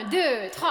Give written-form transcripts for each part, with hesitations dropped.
1, 2, 3,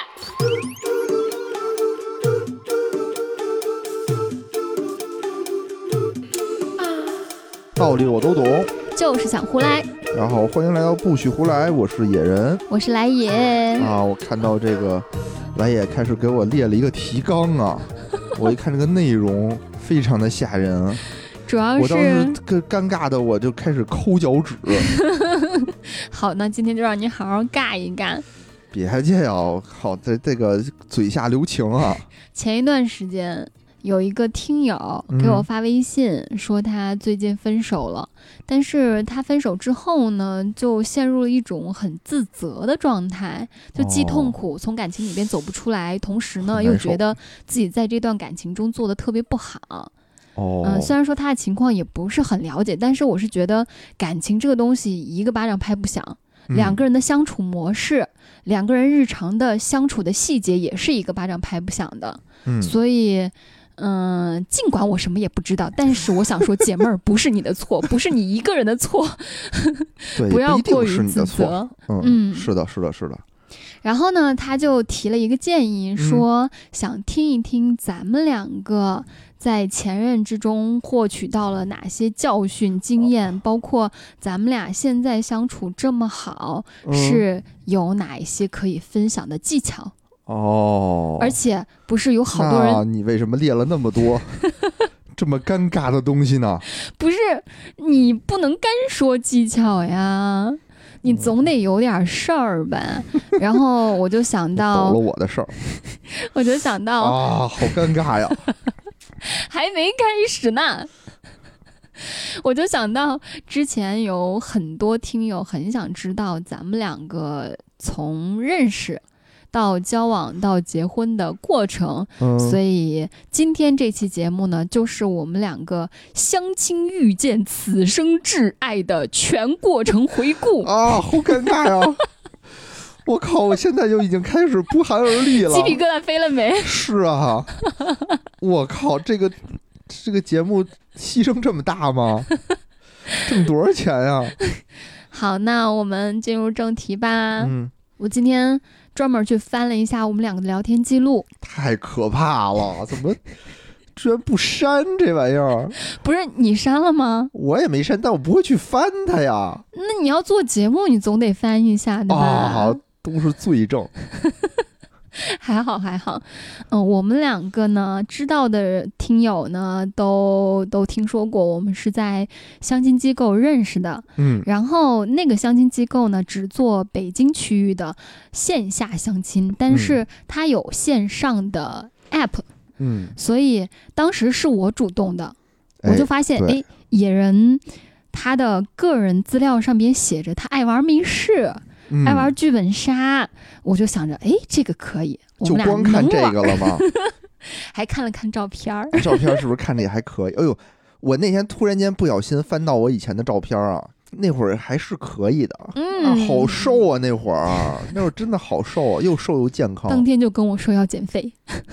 4。 道理我都懂， 就是想胡来。 大家好，欢迎来到不许胡来，我是野人， 我是来也啊。我看到这个来也开始给我列了一个提纲啊，我一看这个内容非常的吓人， 主要是我当时尴尬的我就开始抠脚趾。 好，那今天就让你好好尬一尬。 别介呀，好在这个嘴下留情啊。 前一段时间有一个听友给我发微信，说他最近分手了，但是他分手之后呢，就陷入了一种很自责的状态，就既痛苦从感情里边走不出来，同时呢又觉得自己在这段感情中做的特别不好。虽然说他的情况也不是很了解，但是我是觉得感情这个东西一个巴掌拍不响，两个人的相处模式，两个人日常的相处的细节也是一个巴掌拍不响的。所以尽管我什么也不知道，但是我想说，姐妹儿，不是你的错，不是你一个人的错，不要过于自责。 是的，是的，是的。 然后呢，他就提了一个建议，说想听一听咱们两个在前任之中获取到了哪些教训经验，包括咱们俩现在相处这么好，是有哪一些可以分享的技巧。而且不是有好多人， 你为什么列了那么多这么尴尬的东西呢？ 不是，你不能干说技巧呀，你总得有点事儿吧。然后我就想到抖了我的事儿， 我就想到好尴尬呀， 还没开始呢。我就想到之前有很多听友很想知道咱们两个从认识到交往到结婚的过程，所以今天这期节目呢，就是我们两个相亲遇见此生挚爱的全过程回顾好尴尬呀！我靠，我现在就已经开始不寒而栗了， 鸡皮疙瘩飞了没？ 是啊，我靠，这个节目牺牲这么大吗？挣多少钱呀？ 好，那我们进入正题吧。我今天专门去翻了一下我们两个的聊天记录， 太可怕了！怎么居然不删这玩意儿？ 不是你删了吗？ 我也没删，但我不会去翻它呀。 那你要做节目，你总得翻一下，对吧？ 好，都是罪证。 还好，我们两个呢，知道的听友呢，都听说过，我们是在相亲机构认识的。然后那个相亲机构呢，只做北京区域的线下相亲，但是它有线上的 app。所以当时是我主动的，我就发现，野人他的个人资料上边写着他爱玩密室。爱玩剧本杀，我就想着，这个可以，我们俩就光看这个了吗？ 还看了看照片照片是不是看着也还可以？哎呦，我那天突然间不小心翻到我以前的照片啊，那会儿还是可以的，好瘦啊，那会儿真的好瘦啊，又瘦又健康。 当天就跟我说要减肥。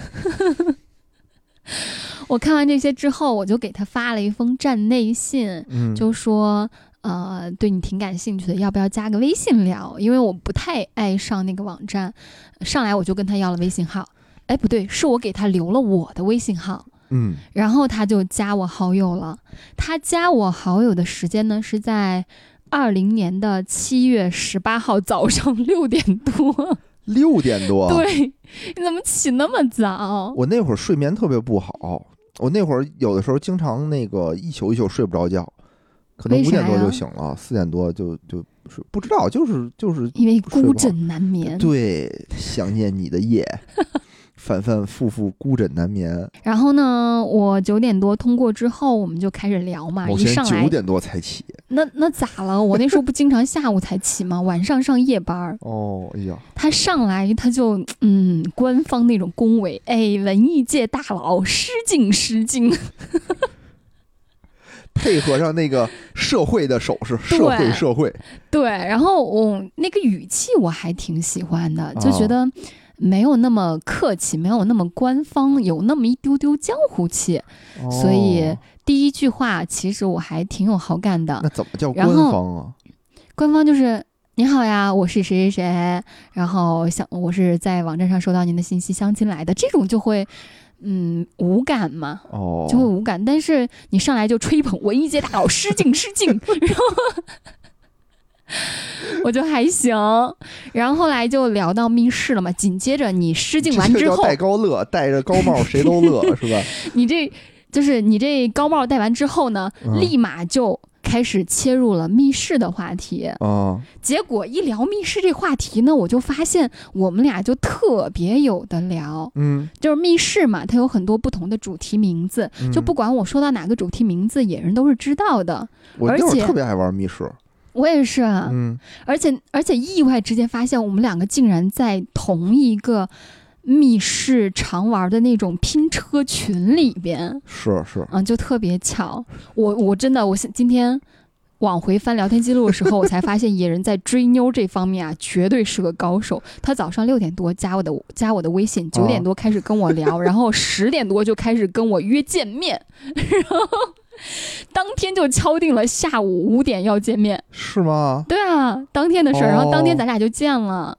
我看完这些之后，我就给他发了一封站内信，就说对你挺感兴趣的，要不要加个微信聊？因为我不太爱上那个网站，上来我就跟他要了微信号。不对，是我给他留了我的微信号。然后他就加我好友了。他加我好友的时间呢，是在2020年的7月18号早上6点多。 6点多？ 对，你怎么起那么早？ 我那会儿睡眠特别不好，我那会儿有的时候经常那个一宿一宿睡不着觉。可能5点多就醒了，4点多就睡，不知道，就是因为孤枕难眠。 对，想念你的夜，反反复复孤枕难眠。 然后呢，我9点多通过之后，我们就开始聊嘛。一上来 9点多才起。 那咋了？我那时候不经常下午才起吗？晚上上夜班。 哎呀， 他上来他就官方那种恭维，文艺界大佬失敬。 配合上那个社会的手势，社会对，然后我那个语气我还挺喜欢的，就觉得没有那么客气，没有那么官方，有那么一丢丢江湖气，所以第一句话其实我还挺有好感的。 那怎么叫官方啊？ 官方就是你好呀，我是谁谁谁，然后我是在网站上收到您的信息相亲来的，这种就会无感嘛，就会无感。但是你上来就吹捧文艺界大佬失敬，然后我就还行，然后后来就聊到密室了嘛。紧接着你失敬完之后， 戴高乐，戴着高帽谁都乐是吧？ 你这高帽戴完之后呢，立马就开始切入了密室的话题。结果一聊密室这话题呢，我就发现我们俩就特别有的聊。就是密室嘛，它有很多不同的主题名字，就不管我说到哪个主题名字，野人都是知道的。 我那会儿特别爱玩密室。 我也是啊，而且意外之间发现我们两个竟然在同一个密室常玩的那种拼车群里边， 是就特别巧。我真的，我今天往回翻聊天记录的时候，我才发现野人在追妞这方面啊，绝对是个高手。他早上6点多加我的微信，9点多开始跟我聊，然后10点多就开始跟我约见面，然后当天就敲定了下午5点要见面。 是吗？ 对啊，当天的事儿，然后当天咱俩就见了。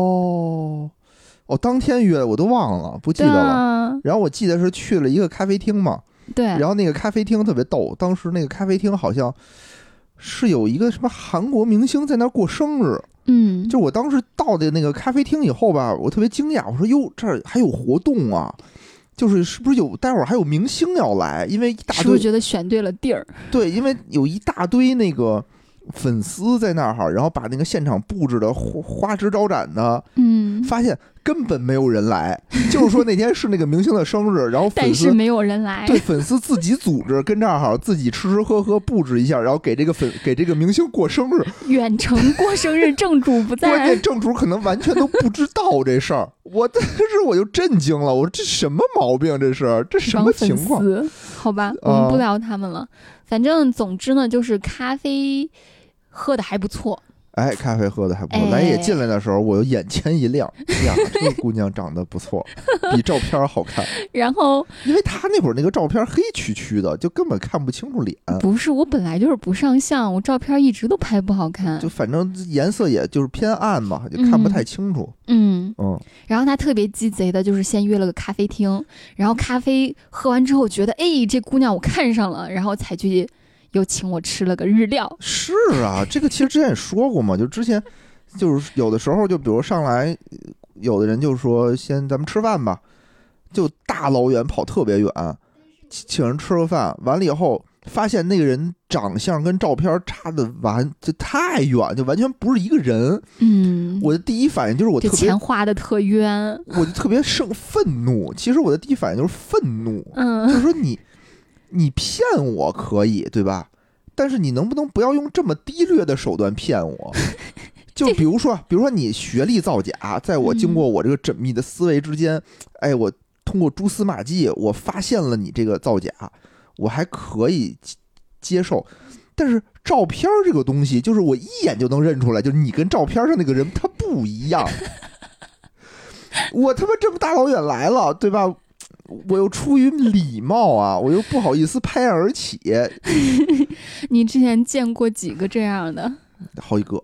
当天约我都忘了，不记得了。然后我记得是去了一个咖啡厅嘛， 对。 然后那个咖啡厅特别逗，当时那个咖啡厅好像是有一个什么韩国明星在那过生日。就我当时到的那个咖啡厅以后吧，我特别惊讶，我说哟，这儿还有活动啊！是不是待会儿还有明星要来？因为一大堆， 是不是觉得选对了地儿？ 对，因为有一大堆那个粉丝在那儿，然后把那个现场布置的花枝招展的，发现根本没有人来，就是说那天是那个明星的生日，然后但是没有人来， 对，粉丝自己组织跟这儿自己吃喝布置一下，然后给这个明星过生日， 远程过生日，正主不在， 关键正主可能完全都不知道这事儿，我就震惊了，我说这什么毛病？这什么情况？ 好吧，我们不聊他们了。反正总之呢，就是咖啡喝的还不错。 咖啡喝的还不错。来也进来的时候，我又眼前一亮，呀，这个姑娘长得不错，比照片好看。 然后， 因为她那会儿那个照片黑黢黢的，就根本看不清楚脸。 不是，我本来就是不上相，我照片一直都拍不好看。 就反正颜色也就是偏暗嘛，就看不太清楚。 然后他特别鸡贼的，就是先约了个咖啡厅，然后咖啡喝完之后觉得，这姑娘我看上了，然后才去。又请我吃了个日料。 是啊，这个其实之前也说过嘛，就之前就是有的时候，就比如上来，有的人就说先咱们吃饭吧，就大老远跑特别远，请人吃个饭，完了以后发现那个人长相跟照片差的就太远，就完全不是一个人。我的第一反应就是我特别钱花的特冤， 我就特别愤怒。其实我的第一反应就是愤怒，就是说你骗我可以，对吧？但是你能不能不要用这么低劣的手段骗我？就比如说你学历造假，在我经过我这个缜密的思维之间，我通过蛛丝马迹，我发现了你这个造假，我还可以接受。但是照片这个东西，就是我一眼就能认出来，就是你跟照片上那个人他不一样。我他妈这么大老远来了，对吧？我又出于礼貌啊，我又不好意思拍案而起。 你之前见过几个这样的？ 好几个，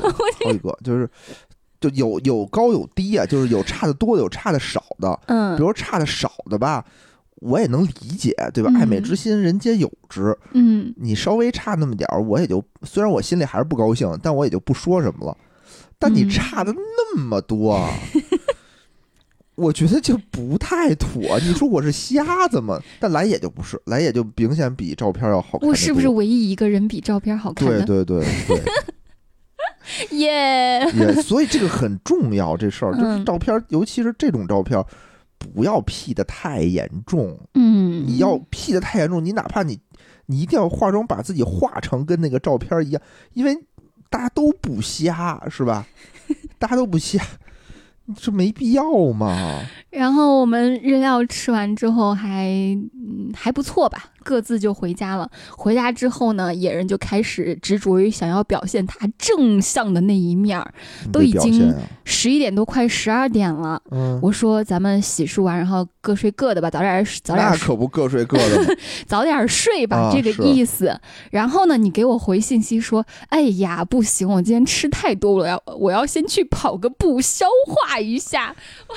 就有高有低啊，就是有差的多的，有差的少的。比如差的少的吧，我也能理解，对吧？爱美之心，人皆有之。你稍微差那么点儿，我也就虽然我心里还是不高兴，但我也就不说什么了。但你差的那么多啊！我觉得就不太妥。你说我是瞎子吗？但来也就不是，来也就明显比照片要好看。 我是不是唯一一个人比照片好看的？ 对。 耶！ 所以这个很重要，这事儿就是照片，尤其是这种照片，不要 P 的太严重。你要 P 的太严重，你哪怕你一定要化妆，把自己化成跟那个照片一样，因为大家都不瞎，是吧？大家都不瞎。这没必要嘛。 然后我们日料吃完之后还不错吧， 各自就回家了。回家之后呢，野人就开始执着于想要表现他正向的那一面，都已经11点多快12点了。我说咱们洗漱完，然后各睡各的吧，早点那可不各睡各的早点睡吧，这个意思。然后呢，你给我回信息说，哎呀，不行，我今天吃太多了，我要先去跑个步消化一下。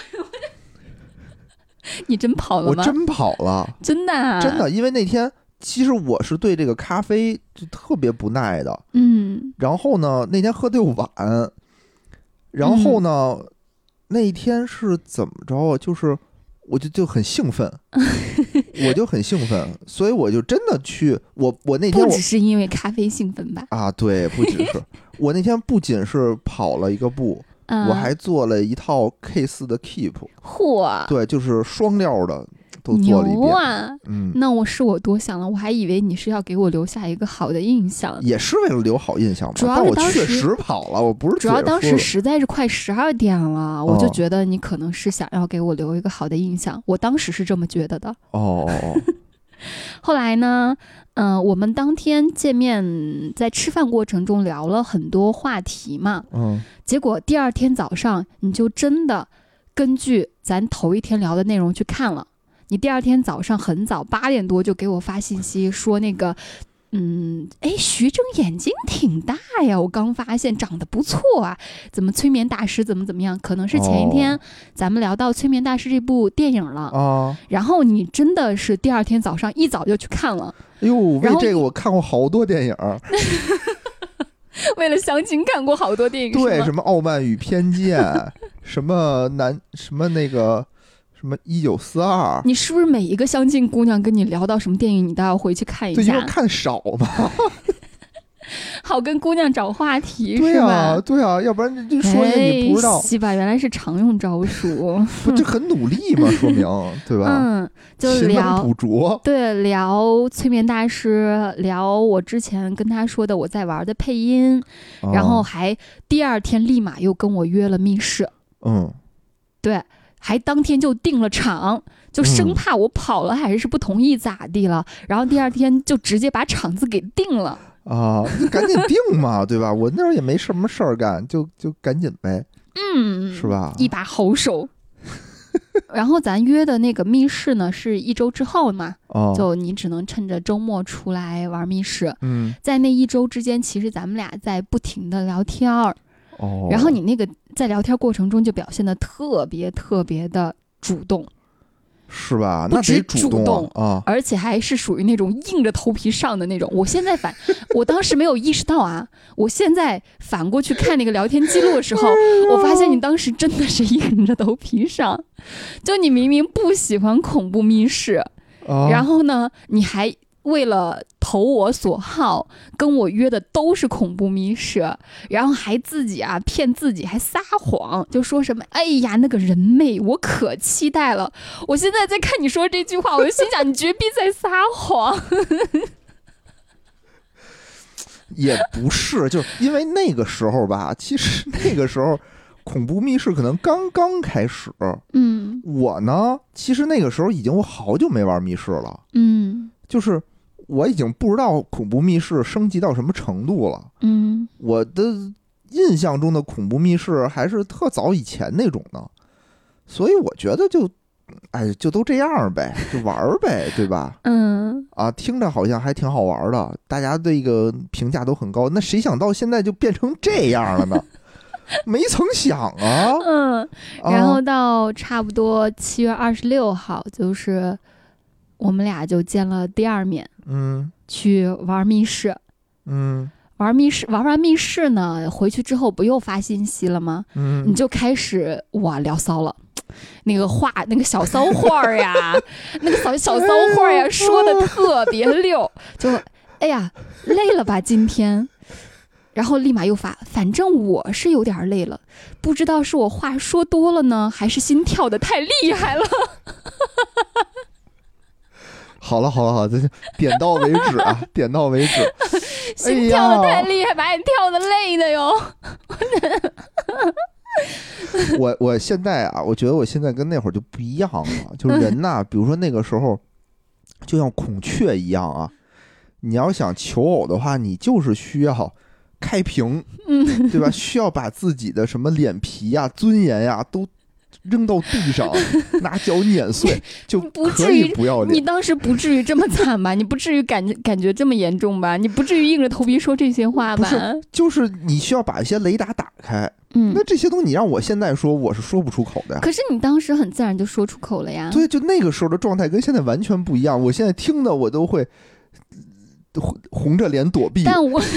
你真跑了吗？ 我真跑了， 真的啊？ 真的，因为那天其实我是对这个咖啡就特别不耐的，然后呢，那天喝的又晚，然后呢，那天是怎么着啊？就是我就很兴奋，我就很兴奋，所以我就真的去，我那天不只是因为咖啡兴奋吧？ 啊，对，不仅是我那天不仅是跑了一个步。我还做了一套 K4 的 Keep， 嚯， 对，就是双料的都做了一遍。 牛啊！那我多想了，我还以为你是要给我留下一个好的印象， 也是为了留好印象嘛。但我确实跑了，我不是主要当时实在是快12点了，我就觉得你可能是想要给我留一个好的印象，我当时是这么觉得的。后来呢，我们当天见面，在吃饭过程中聊了很多话题嘛，结果第二天早上你就真的根据咱头一天聊的内容去看了，你第二天早上很早8点多就给我发信息说那个徐峥眼睛挺大呀，我刚发现长得不错啊，怎么催眠大师怎么样，可能是前一天咱们聊到催眠大师这部电影了，然后你真的是第二天早上一早就去看了。 哎呦，为这个我看过好多电影为了相亲看过好多电影， 对，什么傲慢与偏见什么那个什么1942， 你是不是每一个相亲姑娘跟你聊到什么电影，你都要回去看一下？ 对，因为看少嘛， 好跟姑娘找话题， 对啊， 是吧？ 对啊，要不然就说你不知道， 西吧，原来是常用招数， 这很努力嘛，说明对吧？ 就聊捕捉， 对，聊催眠大师，聊我之前跟他说的我在玩的配音，然后还第二天立马又跟我约了密室，对。还当天就定了场，就生怕我跑了还是不同意咋地了，然后第二天就直接把场子给定了啊，赶紧定嘛，对吧？我那时候也没什么事儿干，就赶紧呗，是吧？ 一把好手。然后咱约的那个密室呢，是1周之后嘛，就你只能趁着周末出来玩密室。在那1周之间，其实咱们俩在不停的聊天儿。然后你那个在聊天过程中就表现的特别特别的主动， 是吧？ 不止主动啊， 而且还是属于那种硬着头皮上的那种。我当时没有意识到啊，我现在反过去看那个聊天记录的时候，我发现你当时真的是硬着头皮上，就你明明不喜欢恐怖密室，然后呢，你还为了投我所好，跟我约的都是恐怖密室，然后还自己骗自己，还撒谎，就说什么哎呀那个人妹我可期待了。我现在在看你说这句话，我就心想你绝逼在撒谎。 也不是，就是因为那个时候吧，其实那个时候恐怖密室可能刚刚开始。我呢其实那个时候我好久没玩密室了，就是我已经不知道恐怖密室升级到什么程度了。我的印象中的恐怖密室还是特早以前那种的，所以我觉得就都这样呗，就玩呗，对吧？听着好像还挺好玩的，大家对这个评价都很高。那谁想到现在就变成这样了呢？没曾想啊。 然后到差不多7月26号，就是我们俩就见了第二面，去玩密室，玩完密室呢，回去之后不又发信息了吗？你就开始聊骚了，那个小骚话呀，那个小骚话呀，说的特别溜，就哎呀累了吧今天。然后立马又发，反正我是有点累了，不知道是我话说多了呢，还是心跳的太厉害了。 好了，这点到为止啊，点到为止。 心跳的太厉害，把你跳的累的哟。 我现在我觉得我现在跟那会儿就不一样了，就是人呐，比如说那个时候就像孔雀一样啊，你要想求偶的话，你就是需要开屏，对吧？需要把自己的什么脸皮呀、尊严呀都扔到地上，拿脚碾碎，就可以不要脸。 你当时不至于这么惨吧？你不至于感觉这么严重吧？你不至于硬着头皮说这些话吧？ 不是，就是你需要把一些雷达打开。那这些东西你让我现在说，我是说不出口的呀。 可是你当时很自然就说出口了呀。 对，就那个时候的状态跟现在完全不一样。我现在听的我都会红着脸躲避。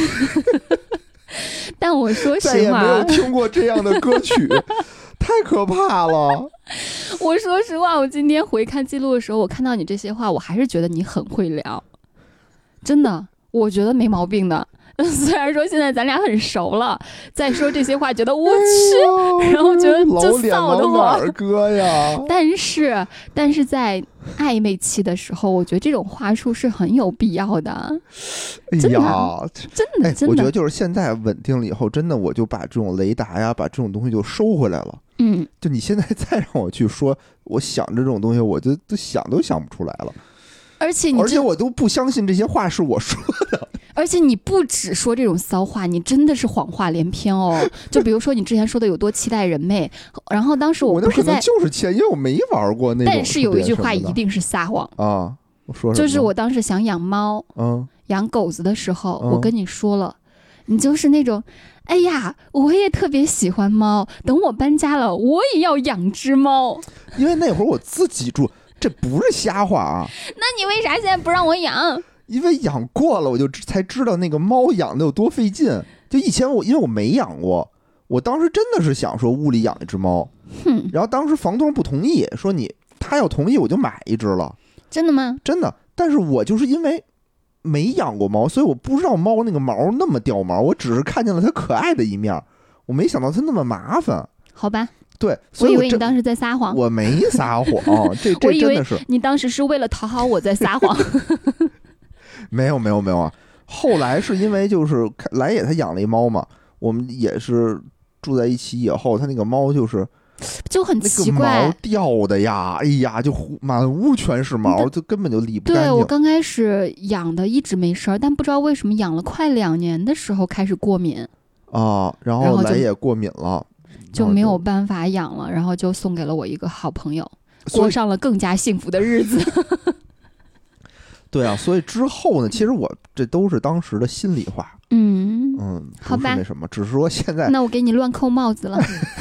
但我说实话， 再也没有听过这样的歌曲。太可怕了！ 我说实话，我今天回看记录的时候，我看到你这些话，我还是觉得你很会聊，真的，我觉得没毛病的。虽然说现在咱俩很熟了，再说这些话，觉得我去，然后觉得就臊得慌。 老哥呀！ 但是在暧昧期的时候，我觉得这种话术是很有必要的。真的， 我觉得就是现在稳定了以后，真的我就把这种雷达呀，把这种东西就收回来了。就你现在再让我去说，我想着这种东西，我就都想不出来了。而且我都不相信这些话是我说的。 而且你不只说这种骚话，你真的是谎话连篇哦。就比如说你之前说的有多期待人妹，然后当时我不是在， 就是因为我没玩过那种。 但是有一句话一定是撒谎啊！我说就是我当时想养猫，养狗子的时候，我跟你说了，你就是那种，哎呀，我也特别喜欢猫，等我搬家了，我也要养只猫。 因为那会儿我自己住，这不是瞎话啊。 那你为啥现在不让我养？ 因为养过了，我就才知道那个猫养的有多费劲。就以前因为我没养过，我当时真的是想说屋里养一只猫，然后当时房东不同意，说他要同意我就买一只了。 真的吗？ 真的。但是我就是因为没养过猫，所以我不知道猫那个毛那么掉毛，我只是看见了它可爱的一面，我没想到它那么麻烦。 好吧。 对， 我以为你当时在撒谎。 我没撒谎，这真的是。 你当时是为了讨好我在撒谎。 没有啊！后来是因为就是来也他养了一猫嘛，我们也是住在一起以后，他那个猫就很奇怪， 那个毛掉的呀，哎呀，就满屋全是毛，就根本就理不干净。 对，我刚开始养的一直没事儿，但不知道为什么养了快2年的时候开始过敏啊，然后来也过敏了， 就没有办法养了，然后就送给了我一个好朋友，过上了更加幸福的日子。 对啊，所以之后呢，其实我这都是当时的心里话。 好吧， 那什么，只是说现在。 那我给你乱扣帽子了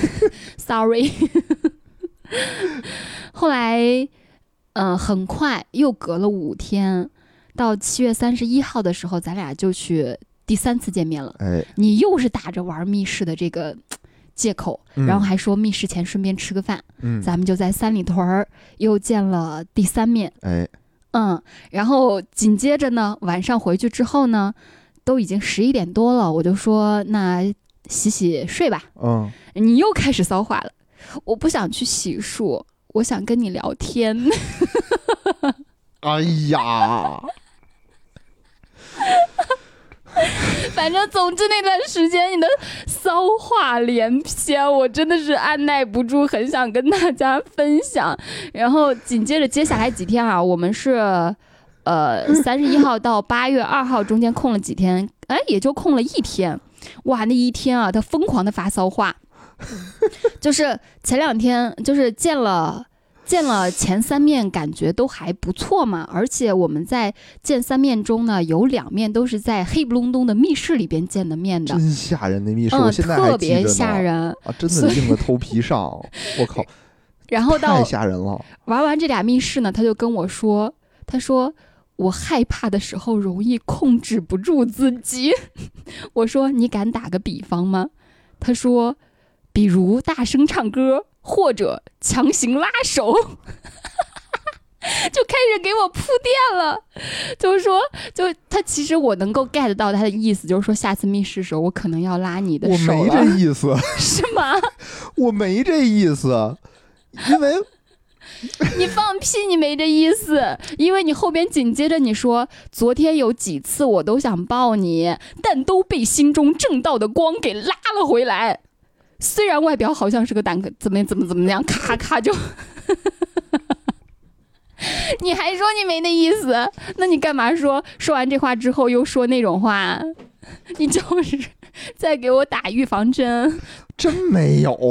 ，sorry。后来，很快又隔了5天，到7月31号的时候，咱俩就去第3次见面了。你又是打着玩密室的这个借口，然后还说密室前顺便吃个饭。咱们就在三里屯又见了第3面。然后紧接着呢，晚上回去之后呢，都已经11点多了，我就说那洗睡吧。你又开始骚话了，我不想去洗漱，我想跟你聊天。 哎呀， 反正总之那段时间你的骚话连篇，我真的是按耐不住，很想跟大家分享。然后紧接着接下来几天啊，我们是31号到8月2号中间空了几天，也就空了1天。哇，那1天啊，他疯狂的发骚话。就是前2天就是见了前3面，感觉都还不错嘛，而且我们在见3面中呢，有2面都是在黑不隆咚的密室里边见的面的， 真吓人的密室，我现在还记着呢， 特别吓人啊，真的硬了头皮上，我靠！ 然后太吓人了。 玩完这俩密室呢，他就跟我说，他说我害怕的时候容易控制不住自己。我说你敢打个比方吗？他说比如大声唱歌或者强行拉手。就开始给我铺垫了，就是说，他其实我能够 get 到他的意思，就是说下次密室的时候我可能要拉你的手了。 我没这意思。 是吗？ 我没这意思，因为你放屁，你没这意思，因为你后边紧接着你说昨天有几次我都想抱你，但都被心中正道的光给拉了回来。虽然外表好像是个蛋壳，怎么样，咔咔就。 你还说你没那意思，那你干嘛说完这话之后又说那种话？你就是在给我打预防针。 真没有，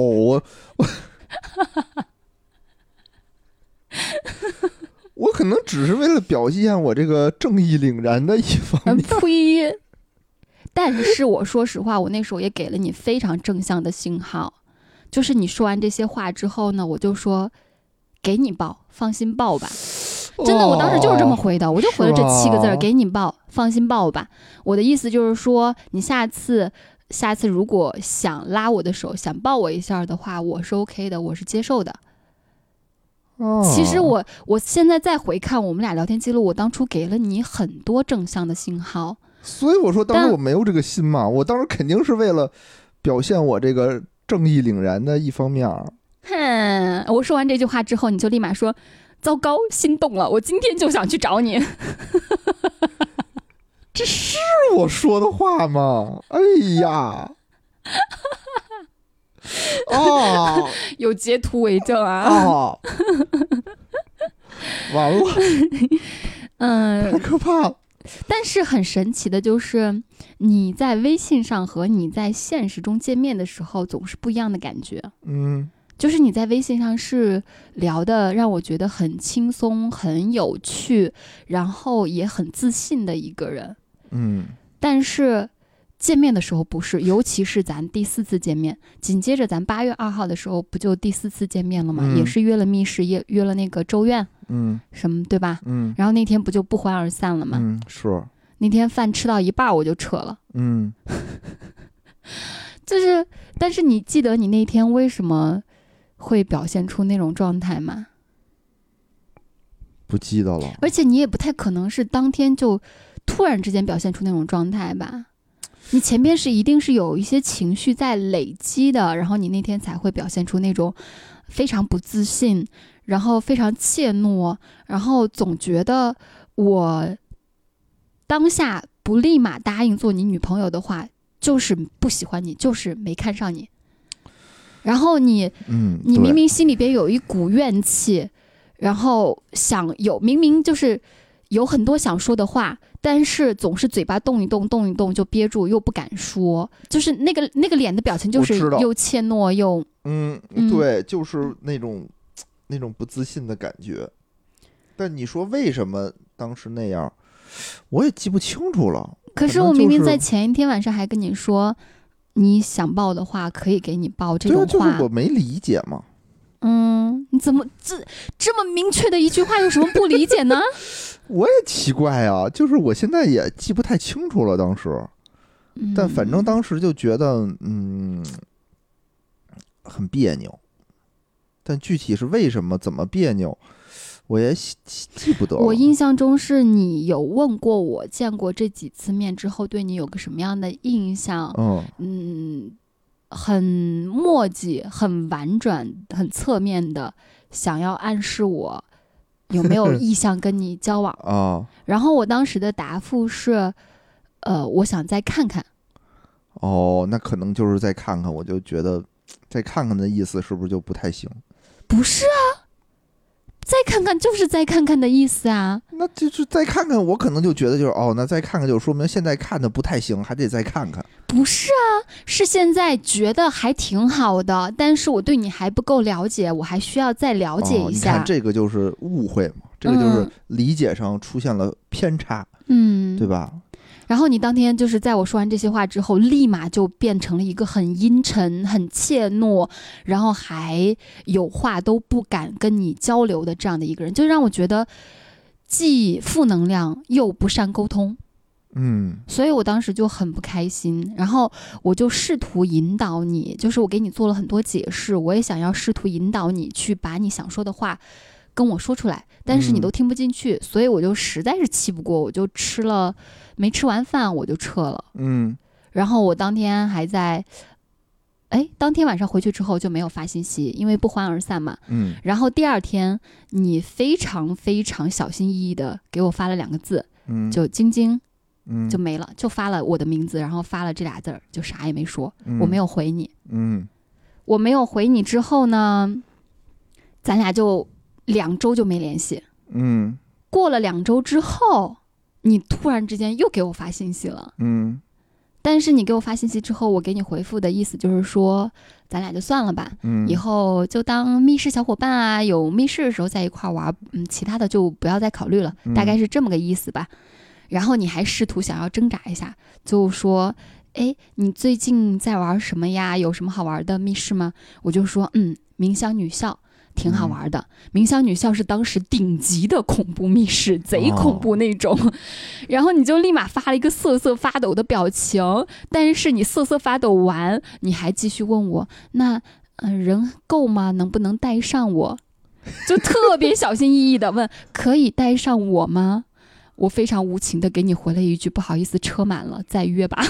我可能只是为了表现我这个正义凛然的一方面。 呸！但是我说实话，我那时候也给了你非常正向的信号，就是你说完这些话之后呢，我就说给你报，放心报吧。真的，我当时就是这么回的，我就回了这7个字，给你报，放心报吧。我的意思就是说，你下次如果想拉我的手，想抱我一下的话，我是 OK 的，我是接受的。其实我现在再回看我们俩聊天记录，我当初给了你很多正向的信号。 所以我说当时我没有这个心嘛，我当时肯定是为了表现我这个正义凛然的一方面。 我说完这句话之后，你就立马说糟糕，心动了，我今天就想去找你。 这是我说的话吗？哎呀， 有截图为证啊！ 完了，太可怕了。 但是很神奇的就是，你在微信上和你在现实中见面的时候，总是不一样的感觉。就是你在微信上是聊的让我觉得很轻松、很有趣，然后也很自信的一个人。但是见面的时候不是，尤其是咱第4次见面，紧接着咱8月2号的时候不就第4次见面了吗？也是约了密室，约了那个咒怨，什么对吧？然后那天不就不欢而散了吗？ 是。 那天饭吃到一半我就撤了。就是，但是你记得你那天为什么会表现出那种状态吗？ 不记得了。 而且你也不太可能是当天就突然之间表现出那种状态吧？你前边一定是有一些情绪在累积的，然后你那天才会表现出那种非常不自信，然后非常怯懦，然后总觉得我当下不立马答应做你女朋友的话，就是不喜欢你，就是没看上你。然后你明明心里边有一股怨气，然后明明就是有很多想说的话，但是总是嘴巴动一动就憋住，又不敢说，就是那个脸的表情就是又怯懦又对，就是那种不自信的感觉。但你说为什么当时那样，我也记不清楚了。 可是我明明在前一天晚上还跟你说，你想抱的话可以给你抱，这种话就是我没理解嘛。 你怎么这么明确的一句话有什么不理解呢？ 我也奇怪啊，就是我现在也记不太清楚了当时，但反正当时就觉得很别扭，但具体是为什么怎么别扭我也记不得了。 我印象中是你有问过我，见过这几次面之后对你有个什么样的印象？很墨迹，很婉转，很侧面的想要暗示我有没有意向跟你交往啊。 然后我当时的答复是我想再看看。 那可能就是再看看，我就觉得再看看的意思是不是就不太行？ 不是啊，再看看就是再看看的意思啊。 那就是再看看，我可能就觉得就是那再看看就说明现在看的不太行，还得再看看。 不是啊，是现在觉得还挺好的，但是我对你还不够了解，我还需要再了解一下。 你看这个就是误会嘛，这个就是理解上出现了偏差，对吧？ 然后你当天就是在我说完这些话之后，立马就变成了一个很阴沉、很怯懦，然后还有话都不敢跟你交流的这样的一个人，就让我觉得既负能量又不善沟通。所以我当时就很不开心，然后我就试图引导你，就是我给你做了很多解释，我也想要试图引导你去把你想说的话跟我说出来，但是你都听不进去，所以我就实在是气不过，我就没吃完饭我就撤了。然后我当天还在当天晚上回去之后就没有发信息，因为不欢而散嘛。然后第二天你非常非常小心翼翼的给我发了2个字，就晶晶，就没了，就发了我的名字，然后发了这俩字儿，就啥也没说。我没有回你。我没有回你之后呢，咱俩就2周就没联系。 过了2周之后，你突然之间又给我发信息了。但是你给我发信息之后，我给你回复的意思就是说，咱俩就算了吧，以后就当密室小伙伴啊，有密室的时候在一块玩，其他的就不要再考虑了，大概是这么个意思吧。然后你还试图想要挣扎一下，就说，哎，你最近在玩什么呀？有什么好玩的密室吗？我就说，冥想女校挺好玩的。冥想女校是当时顶级的恐怖密室，贼恐怖那种。然后你就立马发了一个瑟瑟发抖的表情，但是你瑟瑟发抖完，你还继续问我，那人够吗？能不能带上我？就特别小心翼翼的问，可以带上我吗？我非常无情的给你回了一句，不好意思，车满了，再约吧。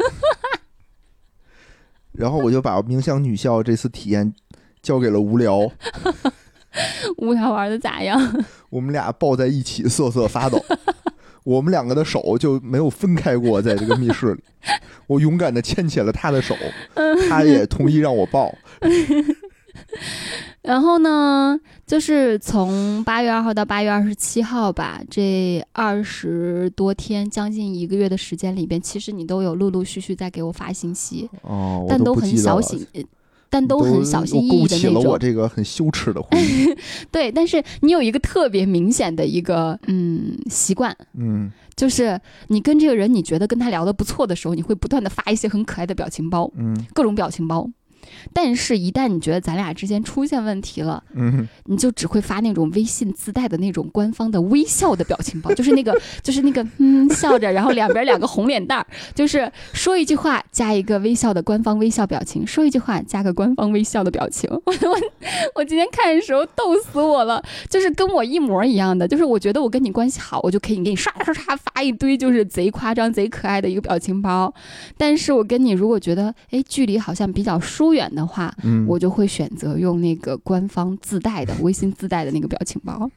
然后我就把冥想女校这次体验交给了无聊。 无聊玩的咋样？ 我们俩抱在一起瑟瑟发抖，我们2个的手就没有分开过，在这个密室里。我勇敢的牵起了他的手，他也同意让我抱。 然后呢，就是从8月2号到8月27号吧，这20多天，将近1个月的时间里边，其实你都有陆陆续续在给我发信息，但都很小心，但都很小心翼翼的那种。 勾起了我这个很羞耻的回忆。 对，但是你有一个特别明显的一个习惯，就是你跟这个人，你觉得跟他聊得不错的时候，你会不断的发一些很可爱的表情包，各种表情包。但是一旦你觉得咱俩之间出现问题了，你就只会发那种微信自带的那种官方的微笑的表情包，就是那个笑着，然后两边2个红脸蛋，就是说一句话加一个微笑的官方微笑表情，说一句话加个官方微笑的表情。我今天看的时候逗死我了，就是跟我一模一样的，就是我觉得我跟你关系好，我就可以给你刷刷刷发一堆就是贼夸张贼可爱的一个表情包。但是我跟你如果觉得距离好像比较疏远的话，我就会选择用那个官方自带的微信自带的那个表情包。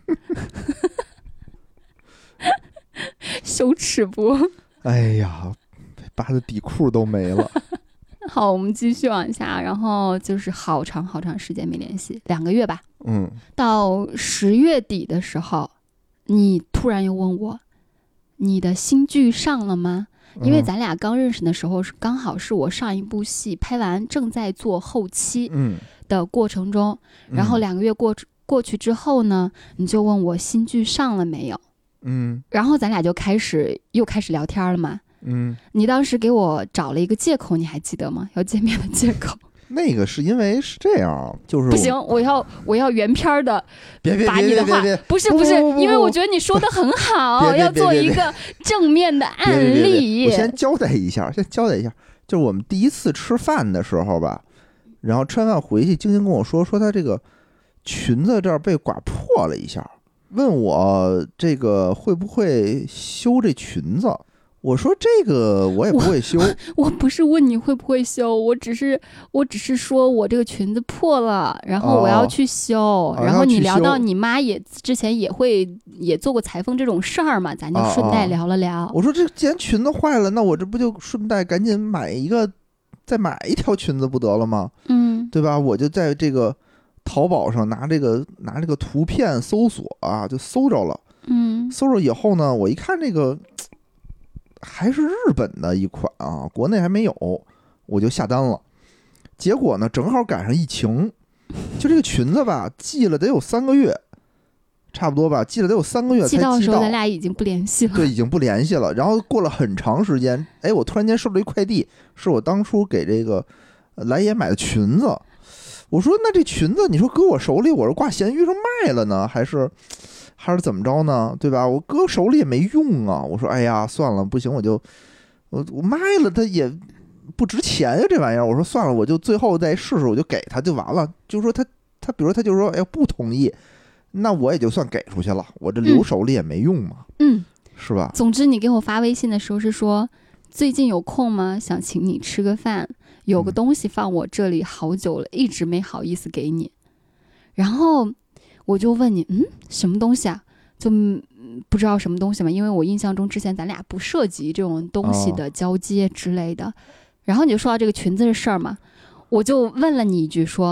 羞耻不？ 哎呀，扒的底裤都没了。 好，我们继续往下，然后就是好长时间没联系，2个月吧。到10月底的时候，你突然又问我，你的新剧上了吗？因为咱俩刚认识的时候是刚好是我上一部戏拍完，正在做后期的过程中，然后2个月过去之后呢，你就问我新剧上了没有？然后咱俩就又开始聊天了嘛。你当时给我找了一个借口，你还记得吗？要见面的借口。 那个是因为是这样，就是不行，我要原片的，把你的话不是，因为我觉得你说的很好，要做一个正面的案例。 我先交代一下，就是我们第一次吃饭的时候吧，然后吃完饭回去，晶晶跟我说他这个裙子这儿被刮破了一下，问我这个会不会修这裙子。我说这个我也不会修。 我不是问你会不会修，我只是说我这个裙子破了，然后我要去修。然后你聊到你妈之前也做过裁缝这种事儿嘛，咱就顺带聊了聊。 我说这既然裙子坏了，那我这不就顺带赶紧再买一条裙子不得了吗？对吧？我就在这个淘宝上拿这个图片搜索啊，就搜着了。搜着以后呢，我一看这个还是日本的一款啊，国内还没有，我就下单了。结果呢，正好赶上疫情，就这个裙子吧，寄了得有3个月，差不多吧，寄了得有3个月才寄到。 寄到的时候，咱俩已经不联系了。 对，已经不联系了。然后过了很长时间，我突然间收到一快递，是我当初给这个来也买的裙子。我说那这裙子，你说搁我手里，我是挂闲鱼上卖了呢，还是怎么着呢？对吧？我搁手里也没用啊。我说哎呀，算了，不行，我卖了，它也不值钱呀，这玩意儿。我说算了，我就最后再试试，我就给他就完了。就说他比如他就说不同意，那我也就算给出去了，我这留手里也没用嘛。是吧？ 总之你给我发微信的时候是说最近有空吗？想请你吃个饭，有个东西放我这里好久了，一直没好意思给你。然后我就问你，什么东西啊？就不知道什么东西嘛，因为我印象中之前咱俩不涉及这种东西的交接之类的。然后你就说到这个裙子的事儿嘛，我就问了你一句说，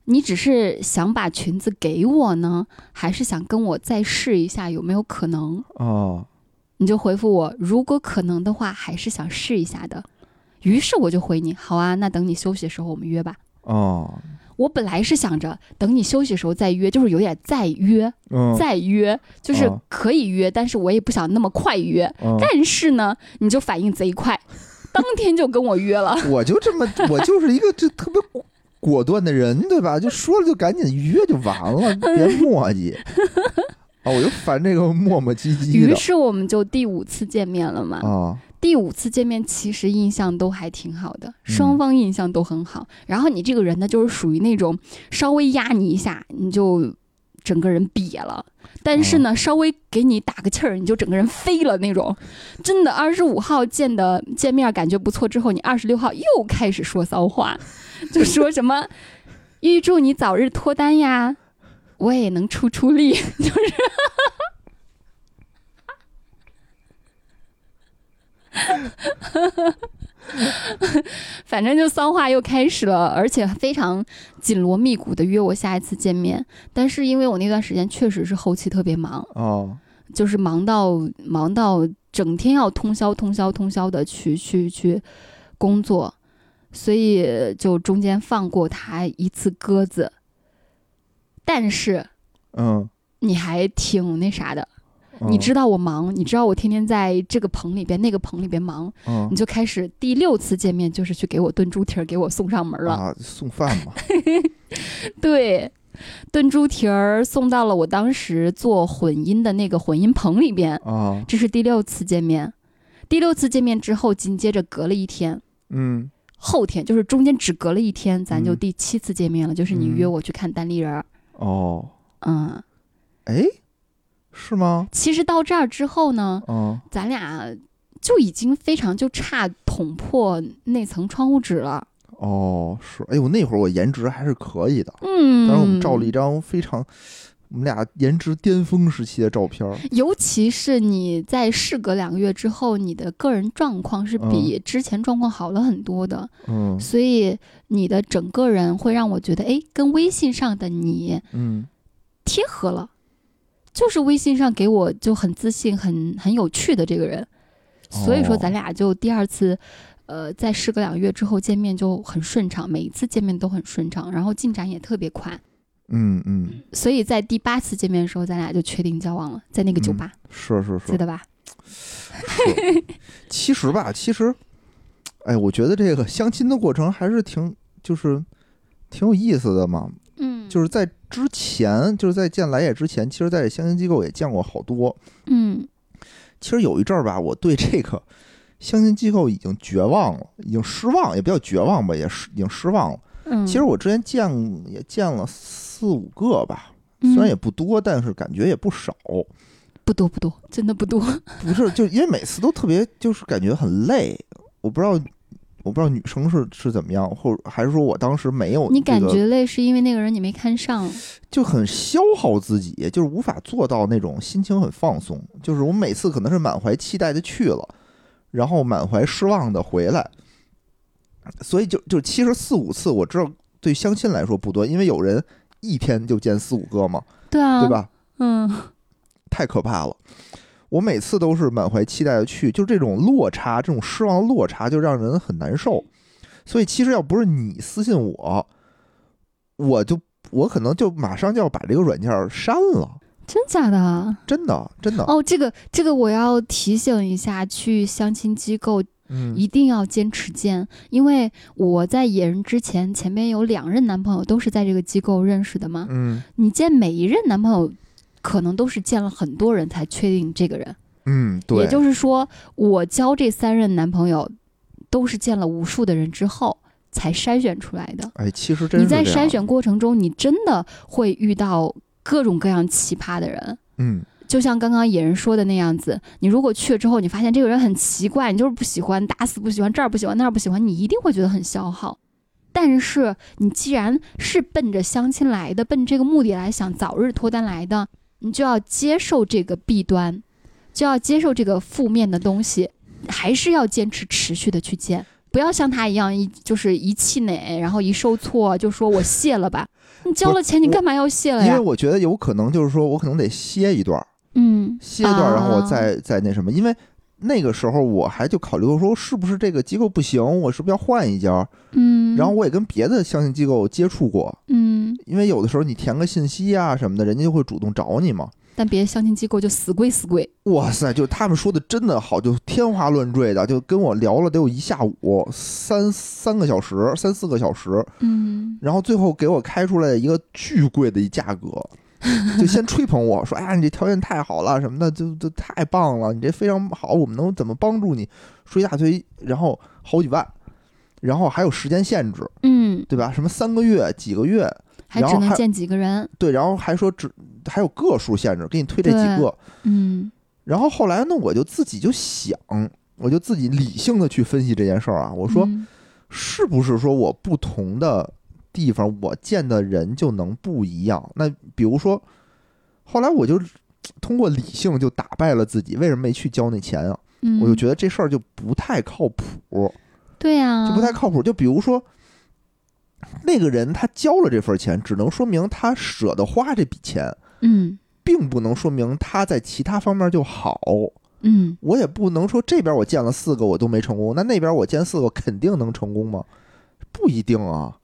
你只是想把裙子给我呢，还是想跟我再试一下有没有可能？你就回复我，如果可能的话，还是想试一下的。于是我就回你，好啊，那等你休息的时候我们约吧。我本来是想着等你休息的时候再约，就是有点再约，就是可以约，但是我也不想那么快约。但是呢，你就反应贼快，当天就跟我约了。 我就是一个就特别果断的人，对吧？就说了就赶紧约就完了，别磨叽。我就烦这个磨磨唧唧的。 于是我们就第5次见面了嘛。第5次见面其实印象都还挺好的，双方印象都很好。然后你这个人呢，就是属于那种稍微压你一下，你就整个人瘪了。但是呢，稍微给你打个气儿，你就整个人飞了那种。真的，25号见面感觉不错之后，你26号又开始说骚话，就说什么预祝你早日脱单呀，我也能出力，就是反正就骚话又开始了，而且非常紧锣密鼓的约我下一次见面。但是因为我那段时间确实是后期特别忙，就是忙到整天要通宵的去工作，所以就中间放过他一次鸽子。但是你还挺那啥的，你知道我忙，你知道我天天在这个棚里边那个棚里边忙，你就开始第6次见面就是去给我炖猪蹄儿，给我送上门了。 送饭嘛。 对，炖猪蹄儿送到了我当时做混音的那个混音棚里边。这是第6次见面。第6次见面之后，紧接着隔了1天，后天就是中间只隔了1天，咱就第7次见面了，就是你约我去看单立人。 是吗？ 其实到这儿之后呢，咱俩就已经非常就差捅破那层窗户纸了。 是。那会儿我颜值还是可以的。当时我们照了一张我们俩颜值巅峰时期的照片。 尤其是你在事隔2个月之后，你的个人状况是比之前状况好了很多的。所以你的整个人会让我觉得，跟微信上的你贴合了。就是微信上给我就很自信很有趣的这个人，所以说咱俩就第2次在事隔2个月之后见面就很顺畅，每一次见面都很顺畅，然后进展也特别快。所以在第8次见面的时候，咱俩就确定交往了，在那个酒吧。 是记得吧？ 其实我觉得这个相亲的过程还是挺有意思的嘛。就是在之前，就是在见来也之前，其实在相亲机构也见过好多。其实有一阵儿吧，我对这个相亲机构已经绝望了，已经失望，也不叫绝望吧，也是已经失望了。其实我之前也见了4、5个吧，虽然也不多，但是感觉也不少。 不多，真的不多。 不是，就因为每次都特别，就是感觉很累。我不知道女生是怎么样，或者还是说我当时没有、 你感觉累是因为那个人你没看上， 就很消耗自己，就是无法做到那种心情很放松。就是我每次可能是满怀期待的去了，然后满怀失望的回来。所以就其实4、5次，我知道对相亲来说不多，因为有人1天就见4、5个嘛， 对啊， 对吧？太可怕了。我每次都是满怀期待的去，就这种落差，这种失望的落差就让人很难受。所以其实要不是你私信我可能就马上就要把这个软件删了。 真假的？ 真的。 这个我要提醒一下，去相亲机构一定要坚持见，因为我在野人之前，前面有2任男朋友都是在这个机构认识的嘛。你见每一任男朋友可能都是见了很多人才确定这个人。 对。 也就是说，我交这3任男朋友都是见了无数的人之后才筛选出来的。 其实真是你在筛选过程中，你真的会遇到各种各样奇葩的人。就像刚刚野人说的那样子，你如果去了之后，你发现这个人很奇怪，你就是不喜欢，打死不喜欢，这儿不喜欢那儿不喜欢，你一定会觉得很消耗。但是你既然是奔着相亲来的，奔这个目的来想早日脱单来的，你就要接受这个弊端，就要接受这个负面的东西，还是要坚持持续的去见，不要像他一样就是一气馁，然后一受挫就说我卸了吧。 你交了钱，你干嘛要卸了呀？ 因为我觉得有可能就是说我可能得歇一段，歇一段，然后我再那什么，因为那个时候我还就考虑说，是不是这个机构不行，我是不是要换一家？然后我也跟别的相亲机构接触过，因为有的时候你填个信息啊什么的，人家就会主动找你嘛。 但别的相亲机构就死贵， 哇塞！就他们说的真的好，就天花乱坠的，就跟我聊了得有一下午，三个小时，3-4个小时，然后最后给我开出来一个巨贵的一价格，就先吹捧我说，哎呀，你这条件太好了什么的，就太棒了，你这非常好，我们能怎么帮助你？说一大堆，然后好几万，然后还有时间限制，对吧？什么3个月、几个月。 还只能见几个人， 对，然后还说还有个数限制，给你推这几个，然后后来呢，我就自己就想，我就自己理性的去分析这件事儿啊，我说，是不是说我不同的地方我见的人就能不一样？那比如说，后来我就通过理性就打败了自己，为什么没去交那钱啊？我就觉得这事儿就不太靠谱， 对呀， 就不太靠谱。就比如说。那个人他交了这份钱，只能说明他舍得花这笔钱，并不能说明他在其他方面就好，我也不能说这边我见了4个我都没成功，那边我见4个肯定能成功吗？不一定啊。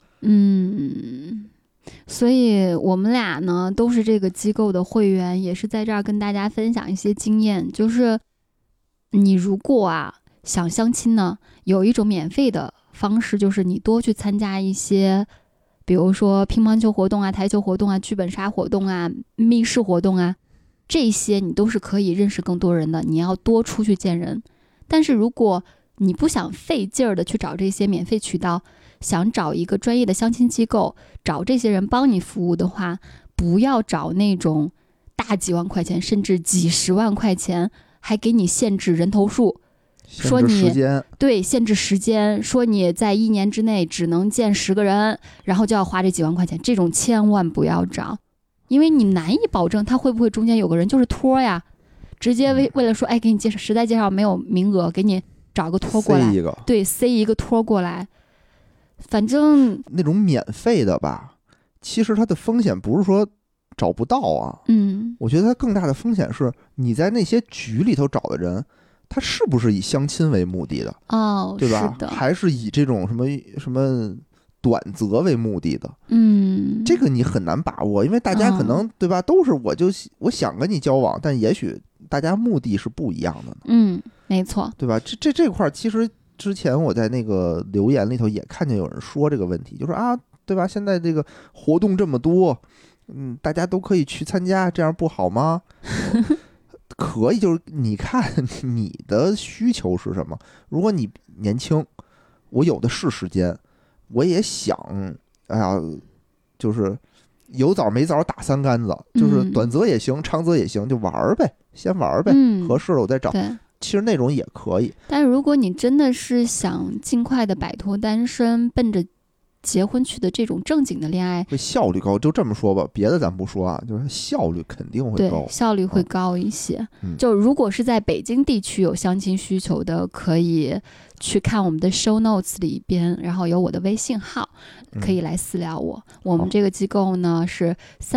所以我们俩呢都是这个机构的会员，也是在这儿跟大家分享一些经验，就是你如果想相亲呢，有一种免费的方式，就是你多去参加一些，比如说乒乓球活动啊、台球活动啊、剧本杀活动啊、密室活动啊，这些你都是可以认识更多人的，你要多出去见人。但是如果你不想费劲儿的去找这些免费渠道，想找一个专业的相亲机构，找这些人帮你服务的话，不要找那种大几万块钱甚至几10万块钱，还给你限制人头数，说你对限制时间，说你在1年之内只能见10个人，然后就要花这几万块钱，这种千万不要找，因为你难以保证他会不会中间有个人就是托呀，直接为了说，哎，给你介绍，实在介绍没有名额，给你找个托过来，对，塞一个托过来，反正那种免费的吧，其实它的风险不是说找不到啊，我觉得它更大的风险是你在那些局里头找的人。他是不是以相亲为目的的？对吧？ 是的， 还是以这种什么短则为目的的？这个你很难把握，因为大家可能、对吧？都是我想跟你交往，但也许大家目的是不一样的呢。 没错， 对吧？这块其实之前我在那个留言里头也看见有人说这个问题，就说啊，对吧？现在这个活动这么多，大家都可以去参加，这样不好吗？可以，就是你看你的需求是什么。如果你年轻，我有的是时间，我也想，哎呀，就是有枣没枣打3竿子，就是短则也行，长则也行，就玩呗，先玩呗，合适了我再找。其实那种也可以。 但如果你真的是想尽快的摆脱单身，奔着结婚去的这种正经的恋爱， 会效率高，就这么说吧，别的咱不说啊，就是效率肯定会高， 对，效率会高一些。就如果是在北京地区有相亲需求的，可以去看我们的 show notes 里边，然后有我的微信号，可以来私聊我。我们这个机构呢是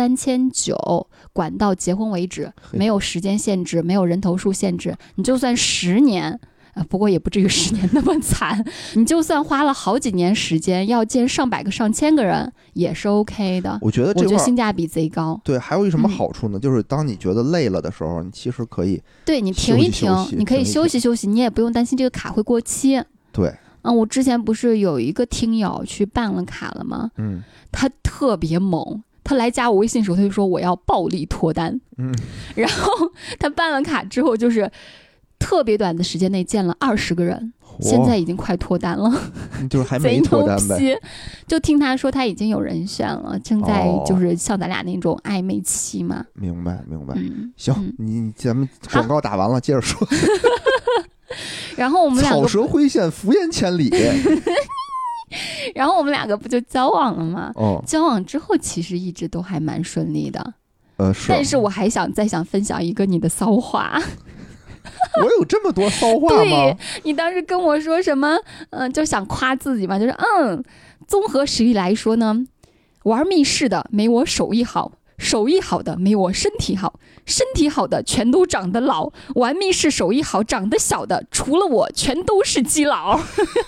3900，管到结婚为止，没有时间限制，没有人头数限制，你就算10年。不过也不至于10年那么惨，你就算花了好几年时间，要见上百个、上千个人，也是 OK 的。 我觉得性价比贼高。 对，还有一什么好处呢？就是当你觉得累了的时候，你其实可以对你停一停，你可以休息休息，你也不用担心这个卡会过期。 对， 我之前不是有一个听友去办了卡了吗？他特别猛。他来加我微信的时候，他就说我要暴力脱单。然后他办了卡之后，就是特别短的时间内见了20个人，现在已经快脱单了， 就是还没脱单呗。 就听他说他已经有人选了，正在就是像咱俩那种暧昧期嘛。 明白。行，咱们广告打完了，接着说。 然后我们两个草蛇灰线，伏烟千里。 然后我们两个不就交往了吗？交往之后其实一直都还蛮顺利的。但是我还再想分享一个你的骚话。 我有这么多骚话吗？ 对，你当时跟我说什么？就想夸自己嘛，就是综合实力来说呢， 玩密室的没我手艺好，手艺好的没我身体好，身体好的全都长得老，玩密室手艺好长得小的除了我全都是基佬。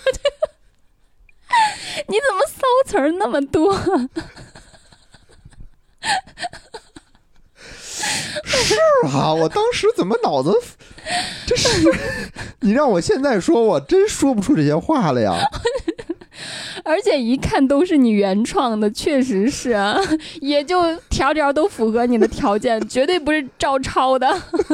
你怎么骚词儿那么多？ 是啊，我当时怎么脑子，这是你让我现在说，我真说不出这些话了呀。 而且一看都是你原创的，确实是啊，也就条条都符合你的条件，绝对不是照抄的。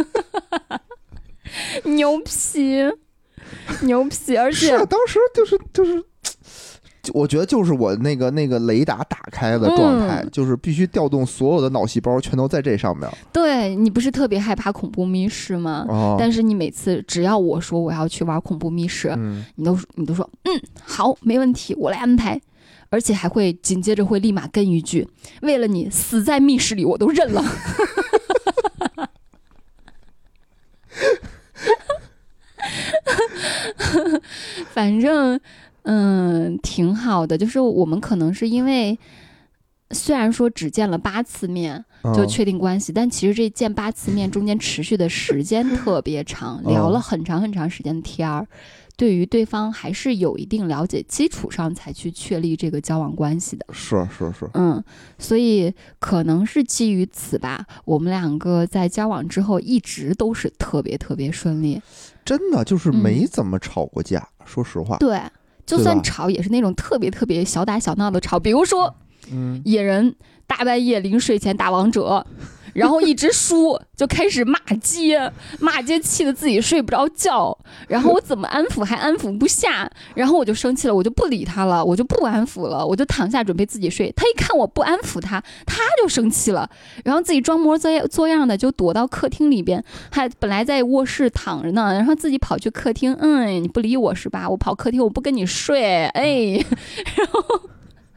牛皮，牛皮！而且是当时就是。我觉得就是我那个雷达打开的状态，就是必须调动所有的脑细胞全都在这上面。 对，你不是特别害怕恐怖密室吗？但是你每次只要我说我要去玩恐怖密室，你都说好，没问题，我来安排，而且还会紧接着会立马跟一句，为了你死在密室里我都认了。反正挺好的，就是我们可能是因为虽然说只见了8次面就确定关系，但其实这见8次面中间持续的时间特别长，聊了很长很长时间的天儿，对于对方还是有一定了解基础上才去确立这个交往关系的。 是， 所以可能是基于此吧，我们2个在交往之后一直都是特别特别顺利， 真的就是没怎么吵过架，说实话。 对，就算吵也是那种特别特别小打小闹的吵，比如说野人大半夜临睡前打王者，然后一直输就开始骂街，气得自己睡不着觉，然后我怎么安抚还安抚不下，然后我就生气了，我就不理他了，我就不安抚了，我就躺下准备自己睡，他一看我不安抚他就生气了，然后自己装模作样的就躲到客厅里边，还本来在卧室躺着呢，然后自己跑去客厅，你不理我是吧，我跑客厅我不跟你睡，然后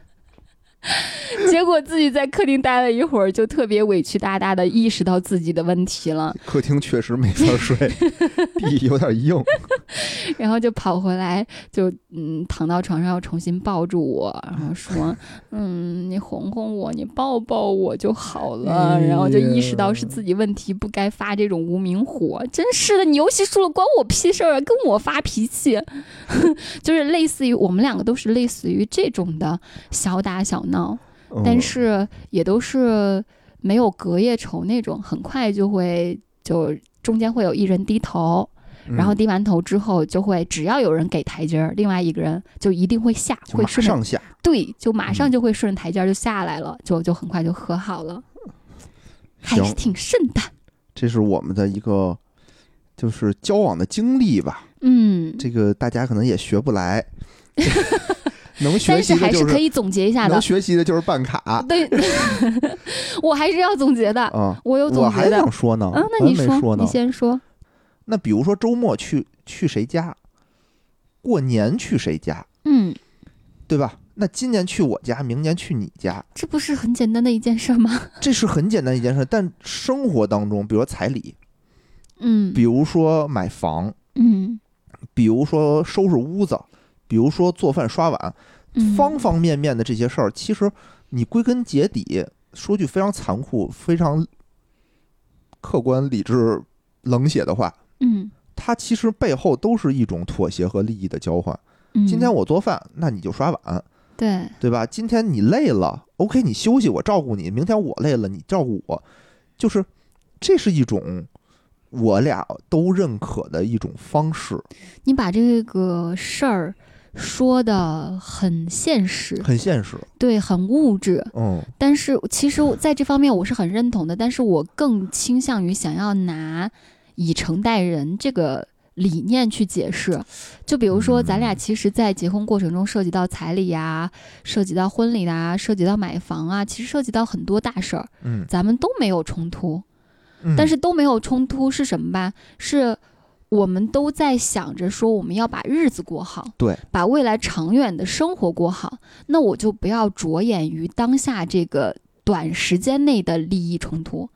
结果自己在客厅待了一会儿，就特别委屈大大的意识到自己的问题了。 客厅确实没法睡，地有点硬。 然后就跑回来，就躺到床上，又重新抱住我，然后说：“你哄哄我，你抱抱我就好了。”然后就意识到是自己问题，不该发这种无名火。真是的，你游戏输了关我屁事儿啊，跟我发脾气，就是类似于我们2个都是类似于这种的小打小闹。但是也都是没有隔夜仇那种，很快就中间会有一人低头，然后低完头之后就会只要有人给台阶，另外一个人就一定会下，会顺上下， 对，就马上就会顺着台阶就下来了，就很快就和好了，还是挺顺的。 这是我们的一个就是交往的经历吧，这个大家可能也学不来。能学习的但是还是可以总结一下的。 能学习的就是办卡。 对，我还是要总结的。我有总结的。 我还想说呢。 那你说，你先说。 那比如说周末去谁家，过年去谁家，对吧？那今年去我家，明年去你家， 这不是很简单的一件事吗？ 这是很简单一件事，但生活当中，比如说彩礼，比如说买房，比如说收拾屋子，比如说做饭刷碗，方方面面的这些事儿，其实你归根结底说句非常残酷、非常客观、理智、冷血的话，它其实背后都是一种妥协和利益的交换。今天我做饭，那你就刷碗，对吧？今天你累了 ，OK， 你休息，我照顾你；明天我累了，你照顾我，就是这是一种我俩都认可的一种方式。 你把这个事儿说的很现实，对，很物质，但是其实在这方面我是很认同的，但是我更倾向于想要拿以诚待人这个理念去解释。就比如说咱俩其实在结婚过程中涉及到彩礼啊，涉及到婚礼啊，涉及到买房啊，其实涉及到很多大事儿，咱们都没有冲突，但是都没有冲突是什么吧？是我们都在想着说我们要把日子过好， 对， 把未来长远的生活过好，那我就不要着眼于当下这个短时间内的利益冲突。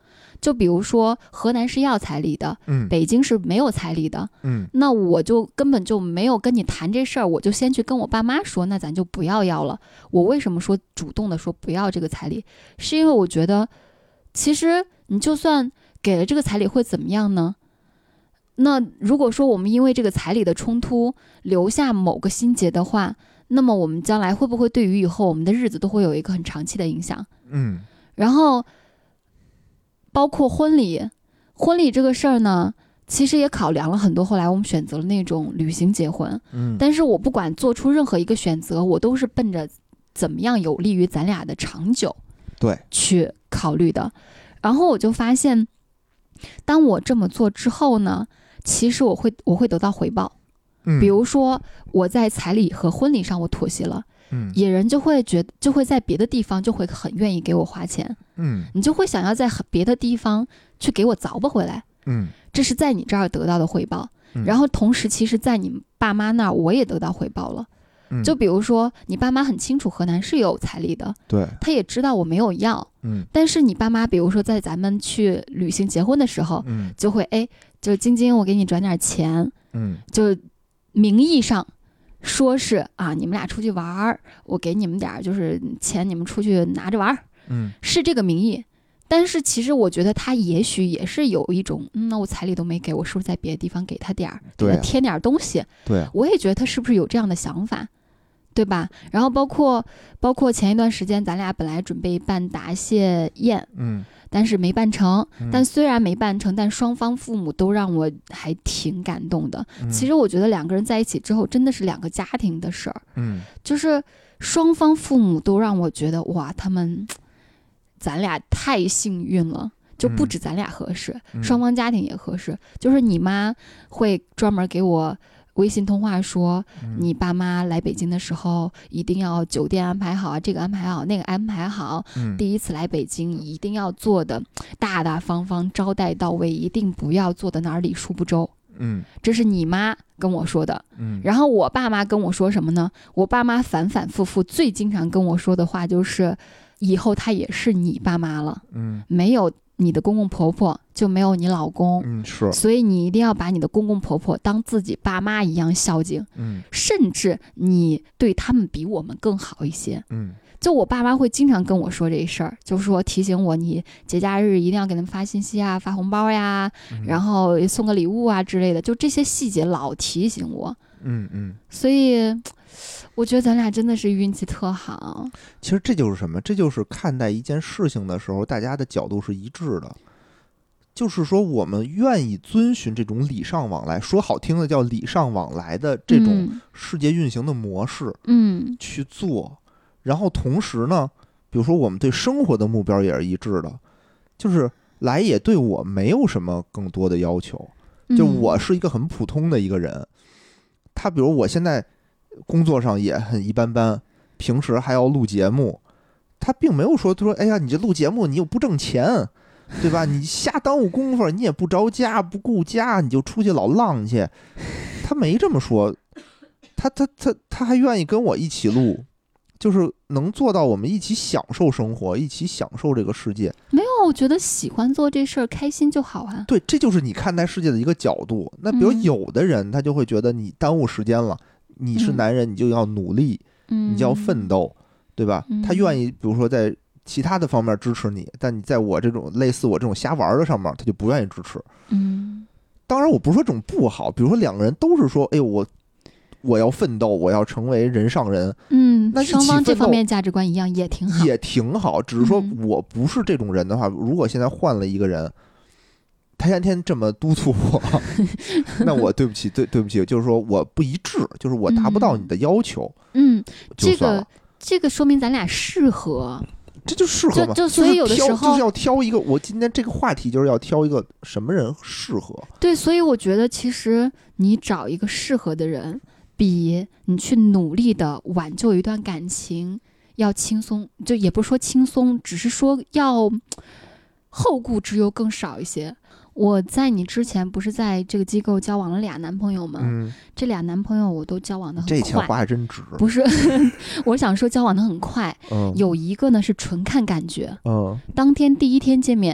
就比如说河南是要彩礼的，北京是没有彩礼的，那我就根本就没有跟你谈这事儿，我就先去跟我爸妈说，那咱就不要了。我为什么说主动的说不要这个彩礼，是因为我觉得其实你就算给了这个彩礼会怎么样呢？那如果说我们因为这个彩礼的冲突留下某个心结的话，那么我们将来会不会对于以后我们的日子都会有一个很长期的影响？然后包括婚礼这个事儿呢，其实也考量了很多，后来我们选择了那种旅行结婚。但是我不管做出任何一个选择，我都是奔着怎么样有利于咱俩的长久对去考虑的。然后我就发现当我这么做之后呢，其实我会得到回报。比如说我在彩礼和婚礼上我妥协了，野人就会在别的地方就会很愿意给我花钱，你就会想要在别的地方去给我凿吧回来，这是在你这儿得到的回报。然后同时其实在你爸妈那儿我也得到回报了。就比如说你爸妈很清楚河南是有彩礼的， 对， 他也知道我没有要，但是你爸妈比如说在咱们去旅行结婚的时候，就会就晶晶我给你转点钱，就名义上说是啊你们俩出去玩，我给你们点就是钱，你们出去拿着玩，是这个名义。但是其实我觉得他也许也是有一种那我彩礼都没给，我是不是在别的地方给他点儿，给他添点东西？ 对， 我也觉得他是不是有这样的想法，对吧？然后包括前一段时间咱俩本来准备办答谢宴，但是没办成，但虽然没办成，但双方父母都让我还挺感动的。其实我觉得两个人在一起之后真的是两个家庭的事儿，就是双方父母都让我觉得哇，咱俩太幸运了，就不止咱俩合适，双方家庭也合适。就是你妈会专门给我微信通话说，你爸妈来北京的时候一定要酒店安排好啊，这个安排好，那个安排好，第一次来北京一定要做的大大方方，招待到位，一定不要做的哪儿礼数不周。这是你妈跟我说的。然后我爸妈跟我说什么呢？我爸妈反反复复最经常跟我说的话就是以后他也是你爸妈了，没有你的公公婆婆就没有你老公， 是， 所以你一定要把你的公公婆婆当自己爸妈一样孝敬，甚至你对他们比我们更好一些。就我爸妈会经常跟我说这事儿，就是说提醒我你节假日一定要给他们发信息啊，发红包呀，然后送个礼物啊之类的，就这些细节老提醒我。所以我觉得咱俩真的是运气特好。 其实这就是什么？这就是看待一件事情的时候，大家的角度是一致的。就是说，我们愿意遵循这种礼尚往来，说好听的叫礼尚往来的这种世界运行的模式，去做。然后同时呢，比如说我们对生活的目标也是一致的，就是来也对我没有什么更多的要求，就我是一个很普通的一个人。他比如我现在工作上也很一般般，平时还要录节目，他并没有说哎呀你这录节目你又不挣钱，对吧？你瞎耽误功夫，你也不着家不顾家，你就出去老浪去，他没这么说。他还愿意跟我一起录，就是能做到我们一起享受生活，一起享受这个世界。 没有，我觉得喜欢做这事儿，开心就好啊。 对，这就是你看待世界的一个角度。那比如有的人他就会觉得你耽误时间了，你是男人你就要努力，你就要奋斗，对吧？他愿意比如说在其他的方面支持你，但你在我这种类似我这种瞎玩的上面他就不愿意支持。当然我不是说这种不好，比如说两个人都是说哎呦我要奋斗，我要成为人上人，那双方这方面价值观一样也挺好， 也挺好。只是说我不是这种人的话，如果现在换了一个人，他天天这么督促我，那我对不起，对不起，就是说我不一致，就是我达不到你的要求。 这个说明咱俩适合。 这就适合嘛， 就所以有的时候就是要挑一个。我今天这个话题就是要挑一个什么人适合。 对，所以我觉得其实你找一个适合的人，比你去努力的挽救一段感情要轻松。就也不是说轻松，只是说要后顾之忧更少一些。我在你之前不是在这个机构交往了俩男朋友吗？这俩男朋友我都交往的很快。 这钱花还真值。 不是我想说交往的很快。有一个呢是纯看感觉。当天第一天见面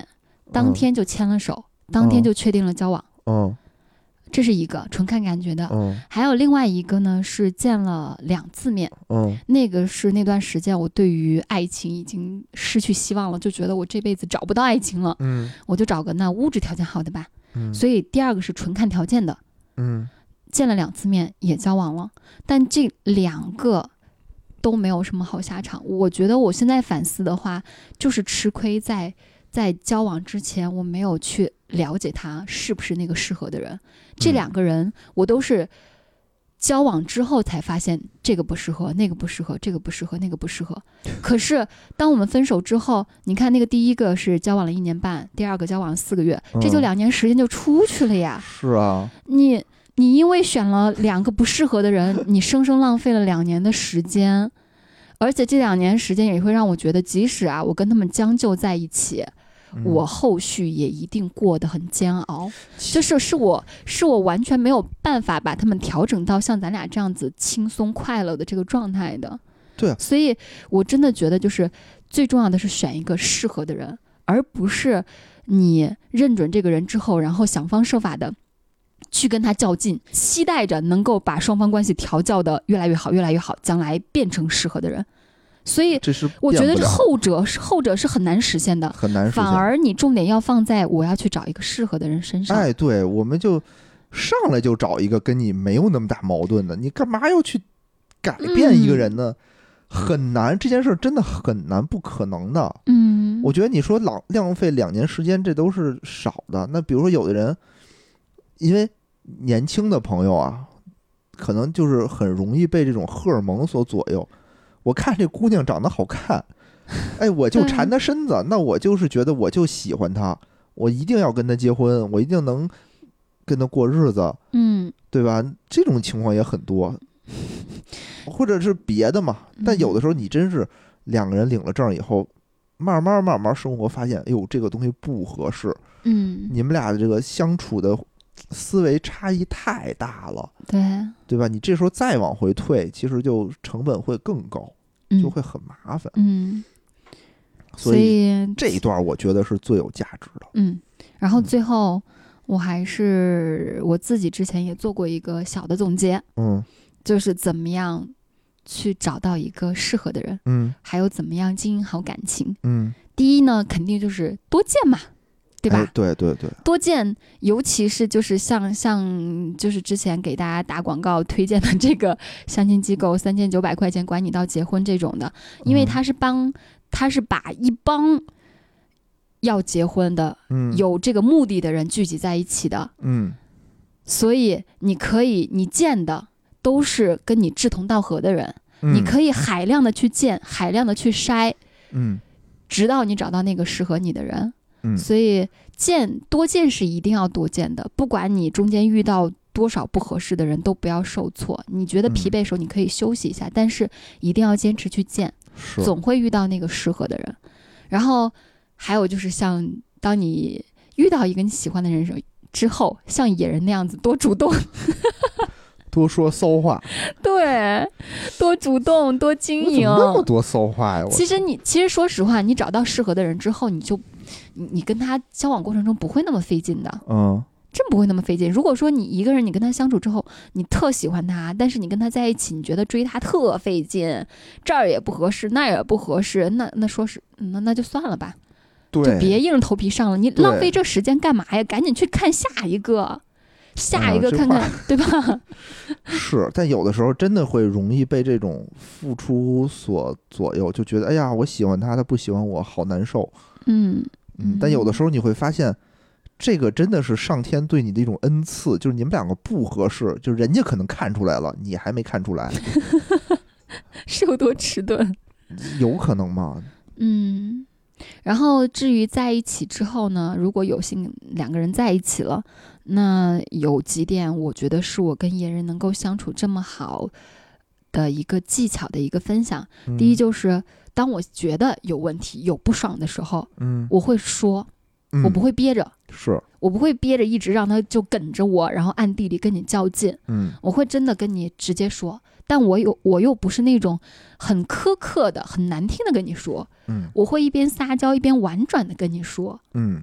当天就牵了手，当天就确定了交往。这是一个纯看感觉的。还有另外一个呢，是见了2次面。那个是那段时间我对于爱情已经失去希望了，就觉得我这辈子找不到爱情了。我就找个那物质条件好的吧。所以第二个是纯看条件的。见了2次面也交往了，但这2个都没有什么好下场。我觉得我现在反思的话，就是吃亏在交往之前我没有去了解他是不是那个适合的人。这2个人我都是交往之后才发现这个不适合，那个不适合，这个不适合，那个不适合。可是当我们分手之后，你看那个第一个是交往了1年半，第二个交往了4个月，这就2年时间就出去了呀。 是啊， 你因为选了2个不适合的人，你生生浪费了2年的时间。而且这2年时间也会让我觉得，即使我跟他们将就在一起，我后续也一定过得很煎熬。就是我完全没有办法把他们调整到像咱俩这样子轻松快乐的这个状态的。 对啊， 所以我真的觉得就是最重要的是选一个适合的人，而不是你认准这个人之后，然后想方设法的去跟他较劲，期待着能够把双方关系调教的越来越好，越来越好，将来变成适合的人。所以我觉得后者是很难实现的， 很难实现。 反而你重点要放在我要去找一个适合的人身上。 对，我们就上来就找一个跟你没有那么大矛盾的，你干嘛要去改变一个人呢？很难，这件事真的很难，不可能的。我觉得你说浪费2年时间，这都是少的。那比如说有的人，因为年轻的朋友啊，可能就是很容易被这种荷尔蒙所左右。我看这姑娘长得好看，我就缠她身子，那我就是觉得我就喜欢她，我一定要跟她结婚，我一定能跟她过日子，对吧？这种情况也很多，或者是别的嘛。但有的时候你真是2个人领了证以后，慢慢生活发现，这个东西不合适，你们俩的这个相处的思维差异太大了，对吧？你这时候再往回退，其实就成本会更高，就会很麻烦。所以这一段我觉得是最有价值的。 然后最后我还是我自己之前也做过一个小的总结，就是怎么样去找到一个适合的人，还有怎么样经营好感情。第一呢，肯定就是多见嘛。对吧？ 对， 多见，尤其是就是像就是之前给大家打广告推荐的这个相亲机构，3900块钱管你到结婚这种的，因为他是把一帮要结婚的，有这个目的的人聚集在一起的，所以你见的都是跟你志同道合的人，你可以海量的去见，海量的去筛，直到你找到那个适合你的人。所以多见是一定要多见的，不管你中间遇到多少不合适的人，都不要受挫。你觉得疲惫的时候，你可以休息一下，但是一定要坚持去见，总会遇到那个适合的人。然后还有就是像当你遇到一个你喜欢的人之后，像野人那样子多主动多说骚话， 对，多主动多经营。 怎么那么多骚话呀？ 其实说实话，你找到适合的人之后，你跟他交往过程中不会那么费劲的，真不会那么费劲。如果说你一个人你跟他相处之后，你特喜欢他，但是你跟他在一起，你觉得追他特费劲，这儿也不合适，那儿也不合适，那就算了吧， 对， 就别硬着头皮上了。你浪费这时间干嘛呀？赶紧去看下一个看看，对吧？ 是，但有的时候真的会容易被这种付出所左右，就觉得哎呀，我喜欢他，他不喜欢我，好难受。但有的时候你会发现，这个真的是上天对你的一种恩赐，就是你们2个不合适，就人家可能看出来了，你还没看出来， 是有多迟钝？ 有可能吗？ 然后至于在一起之后呢，如果有幸2个人在一起了，那有几点我觉得是我跟野人能够相处这么好的一个技巧的一个分享。第一就是当我觉得有问题有不爽的时候，我会说，我不会憋着，我不会憋着一直让他就梗着我，然后暗地里跟你较劲，我会真的跟你直接说。但我又不是那种很苛刻的很难听的跟你说，我会一边撒娇一边婉转的跟你说，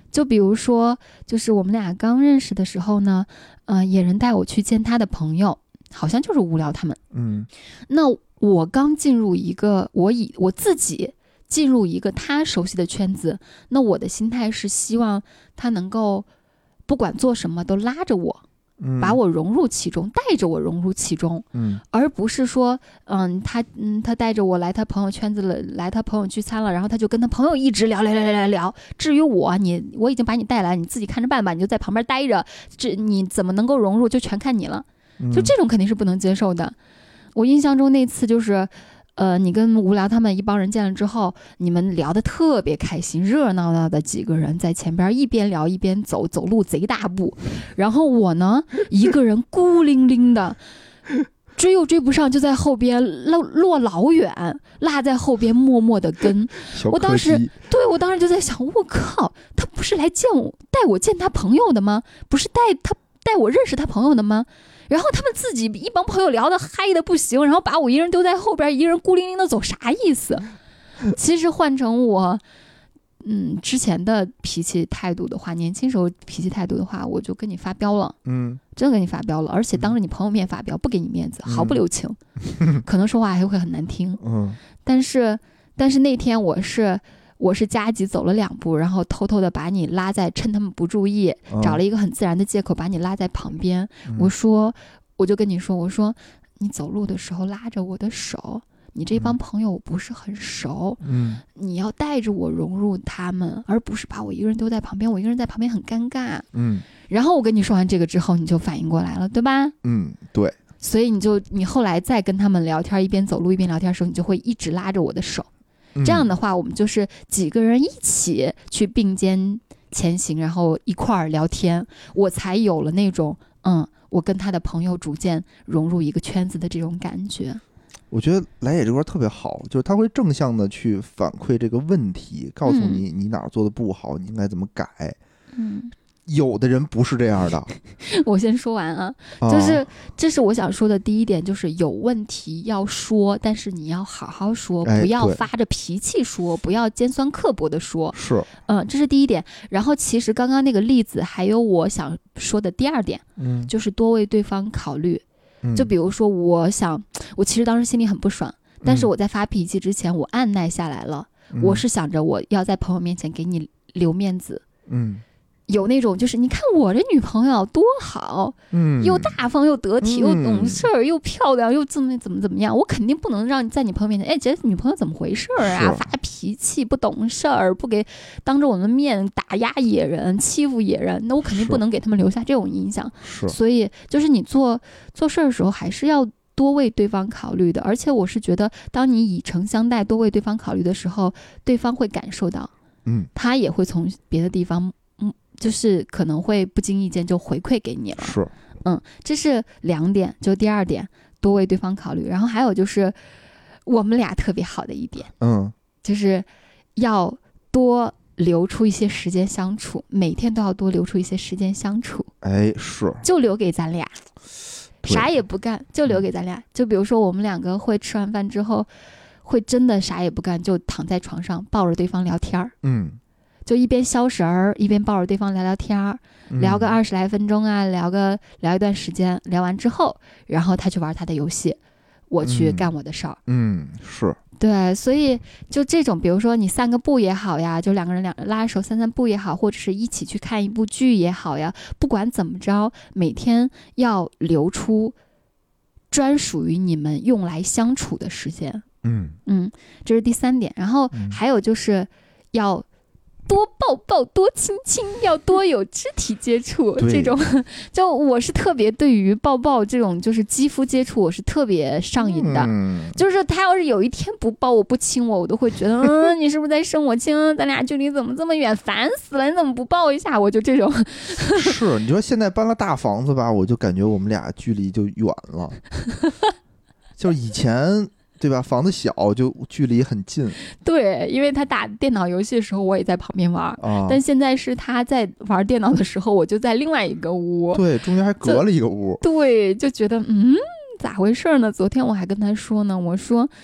就比如说，就是我们俩刚认识的时候呢，野人带我去见他的朋友，好像就是无聊他们。那我刚进入一个我自己进入一个他熟悉的圈子，那我的心态是希望他能够不管做什么都拉着我，把我融入其中，带着我融入其中，而不是说，他带着我来他朋友圈子了，来他朋友聚餐了，然后他就跟他朋友一直聊。至于我已经把你带来，你自己看着办吧，你就在旁边待着，你怎么能够融入，就全看你了。就这种肯定是不能接受的。我印象中那次就是，你跟无聊他们一帮人见了之后，你们聊得特别开心，热闹闹的几个人在前边一边聊一边走路贼大步，然后我呢一个人孤零零的追又追不上，就在后边落老远，落在后边默默的跟。我当时就在想，我靠，他不是来带我见他朋友的吗？不是带我认识他朋友的吗？然后他们自己一帮朋友聊得嗨的不行，然后把我一人丢在后边，一个人孤零零的走，啥意思？其实换成我之前的脾气态度的话，年轻时候脾气态度的话，我就跟你发飙了，真的跟你发飙了，而且当着你朋友面发飙，不给你面子，毫不留情，可能说话还会很难听，但是那天我是加急走了2步，然后偷偷的把你拉在，趁他们不注意，找了一个很自然的借口把你拉在旁边。我就跟你说，我说你走路的时候拉着我的手，你这帮朋友我不是很熟，你要带着我融入他们，而不是把我一个人丢在旁边，我一个人在旁边很尴尬。然后我跟你说完这个之后，你就反应过来了，对吧？ 对。 所以你后来再跟他们聊天，一边走路一边聊天的时候，你就会一直拉着我的手。这样的话，我们就是几个人一起去并肩前行，然后一块儿聊天，我才有了那种我跟他的朋友逐渐融入一个圈子的这种感觉。 我觉得来也这块特别好，就是他会正向的去反馈这个问题，告诉你你哪儿做的不好，你应该怎么改。有的人不是这样的。 我先说完啊，就是这是我想说的第一点，就是有问题要说，但是你要好好说，不要发着脾气说，不要尖酸刻薄的说。是，这是第一点。然后其实刚刚那个例子还有我想说的第二点，就是多为对方考虑。就比如说我其实当时心里很不爽，但是我在发脾气之前我按耐下来了，我是想着我要在朋友面前给你留面子。有那种就是你看我这女朋友多好，又大方又得体，又懂事儿，又漂亮，又怎么样，我肯定不能让你在你朋友面前，这女朋友怎么回事啊？发脾气，不懂事儿，不给当着我们面打压野人，欺负野人，那我肯定不能给他们留下这种印象。所以就是你做事的时候还是要多为对方考虑的，而且我是觉得当你以诚相待，多为对方考虑的时候，对方会感受到，他也会从别的地方就是可能会不经意间就回馈给你了。这是2点。就第二点，多为对方考虑。然后还有就是我们俩特别好的一点，就是要多留出一些时间相处，每天都要多留出一些时间相处。就留给咱俩，啥也不干，就留给咱俩。就比如说我们2个会吃完饭之后，会真的啥也不干，就躺在床上抱着对方聊天。就一边消食儿，一边抱着对方聊聊天，聊个20来分钟啊，聊一段时间，聊完之后，然后他去玩他的游戏，我去干我的事儿。对，所以就这种，比如说你散个步也好呀，就2个人拉手散散步也好，或者是一起去看一部剧也好呀，不管怎么着，每天要留出专属于你们用来相处的时间。这是第3点。然后还有就是要多抱抱，多亲亲，要多有肢体接触。这种就我是特别对于抱抱这种就是肌肤接触我是特别上瘾的。就是他要是有一天不抱我不亲我，我都会觉得你是不是在生我气？咱俩距离怎么这么远，烦死了，你怎么不抱一下？我就这种。 是，你说现在搬了大房子吧，我就感觉我们俩距离就远了。就是以前对吧？房子小就距离很近。 对，因为他打电脑游戏的时候，我也在旁边玩，但现在是他在玩电脑的时候，我就在另外一个屋。 对，中间还隔了一个屋。 对，就觉得咋回事呢？昨天我还跟他说呢，我说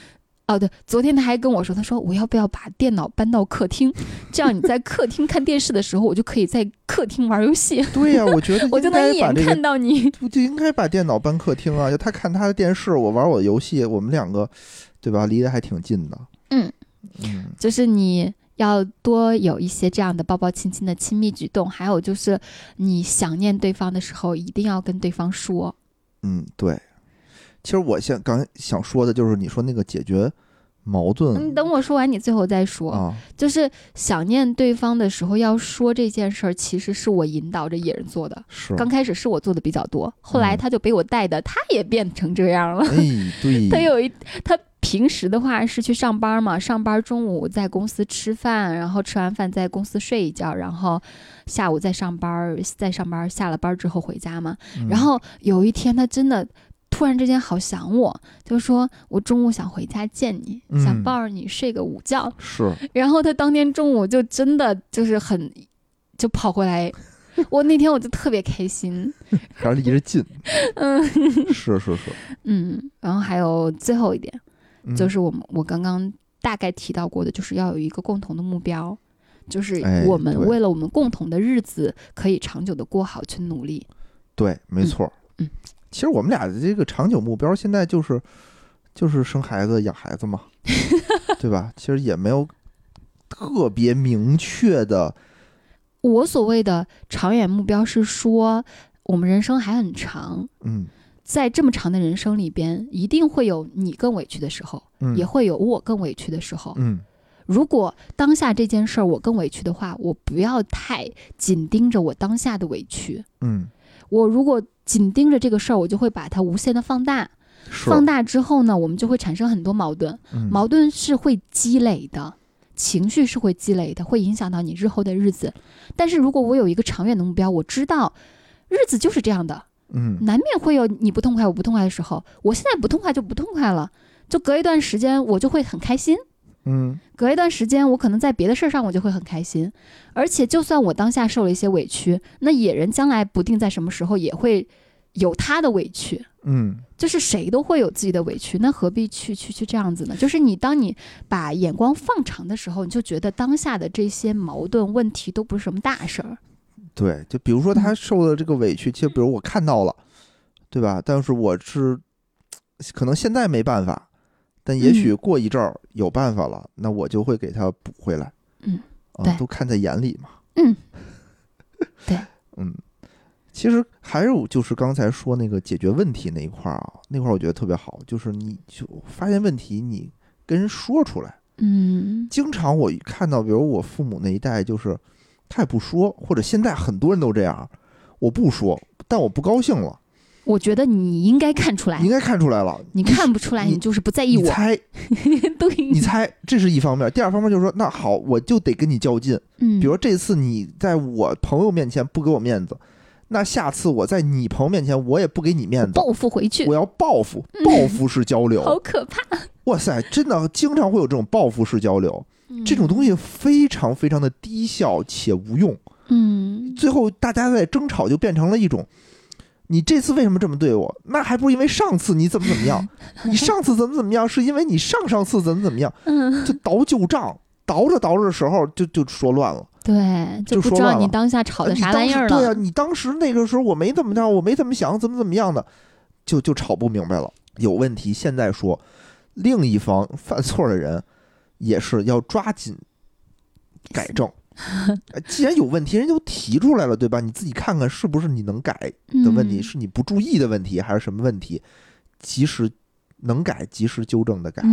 哦，对，昨天他还跟我说，他说我要不要把电脑搬到客厅，这样你在客厅看电视的时候，我就可以在客厅玩游戏。 对呀、我觉得我就能一眼看到你， 就应该把电脑搬客厅啊，就他看他的电视，我玩我的游戏，我们两个，对吧？离得还挺近的。 就是你要多有一些这样的抱抱亲亲的亲密举动，还有就是你想念对方的时候，一定要跟对方说。 对。其实我刚才想说的就是你说那个解决矛盾， 你等我说完，你最后再说。就是想念对方的时候要说这件事儿，其实是我引导着野人做的。 是， 刚开始是我做的比较多，后来他就被我带的，他也变成这样了。 对， 他平时的话是去上班嘛，上班中午在公司吃饭，然后吃完饭在公司睡一觉，然后下午再上班，下了班之后回家嘛。然后有一天他真的突然之间好想我，就说我中午想回家见你，想抱着你睡个午觉。 是，然后他当天中午就真的就是就跑回来，我那天我就特别开心， 还离着近。是， 然后还有最后一点，就是我刚刚大概提到过的，就是要有一个共同的目标，就是我们为了我们共同的日子可以长久的过好去努力。 对，没错。其实我们俩的这个长久目标现在就是生孩子养孩子嘛，对吧？其实也没有特别明确的。 我所谓的长远目标是说，我们人生还很长，在这么长的人生里边，一定会有你更委屈的时候，也会有我更委屈的时候。如果当下这件事儿我更委屈的话，我不要太紧盯着我当下的委屈。我如果紧盯着这个事儿，我就会把它无限的放大。放大之后呢，我们就会产生很多矛盾。矛盾是会积累的，情绪是会积累的，会影响到你日后的日子。但是如果我有一个长远的目标，我知道日子就是这样的，难免会有你不痛快我不痛快的时候。我现在不痛快就不痛快了，就隔一段时间我就会很开心。隔一段时间我可能在别的事上我就会很开心。而且就算我当下受了一些委屈，那野人将来不定在什么时候也会有他的委屈。就是谁都会有自己的委屈，那何必去这样子呢？就是当你把眼光放长的时候，你就觉得当下的这些矛盾问题都不是什么大事儿。 对，就比如说他受的这个委屈，其实比如我看到了，对吧？但是我是可能现在没办法，但也许过一阵儿有办法了，那我就会给他补回来。对，都看在眼里嘛。 对， 其实还有就是刚才说那个解决问题那一块啊，那块我觉得特别好，就是你就发现问题，你跟人说出来。经常我看到，比如我父母那一代，就是他也不说，或者现在很多人都这样，我不说，但我不高兴了。 我觉得你应该看出来， 你应该看出来了， 你看不出来，你就是不在意我。 你猜，你猜，这是一方面。第二方面就是说，那好，我就得跟你较劲。比如这次你在我朋友面前不给我面子，那下次我在你朋友面前我也不给你面子， 报复回去。 我要报复，报复式交流。 好可怕！ 哇塞，真的经常会有这种报复式交流，这种东西非常非常的低效且无用。最后大家在争吵就变成了一种，你这次为什么这么对我？那还不是因为上次你怎么样？你上次怎么样？是因为你上次怎么样？就倒旧账，倒着的时候就说乱了。 对，就不知道你当下吵的啥玩意儿了。 对啊，你当时那个时候我没怎么着，我没怎么想，怎么样的，就吵不明白了。有问题现在说，另一方犯错的人也是要抓紧改正。既然有问题，人就提出来了，对吧？你自己看看是不是你能改的问题，是你不注意的问题，还是什么问题？及时能改，及时纠正的改。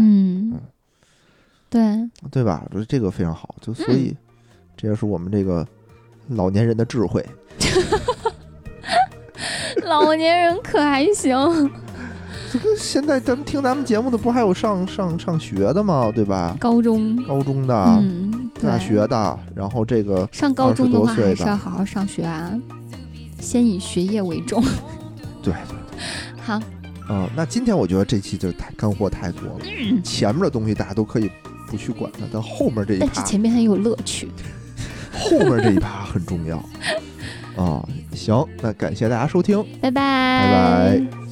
对吧？这个非常好。就所以，这也是我们这个老年人的智慧。 老年人可还行。 这个现在咱们听咱们节目的不还有上学的吗？对吧？ 高中的， 大学的，然后这个上高中的话还是要好好上学啊，先以学业为重。 对。 好。 那今天我觉得这期就干货太多了。前面的东西大家都可以不去管它，但后面这一趴， 但是前面很有乐趣。 后面这一趴很重要。行，那感谢大家收听， 拜拜。 拜拜。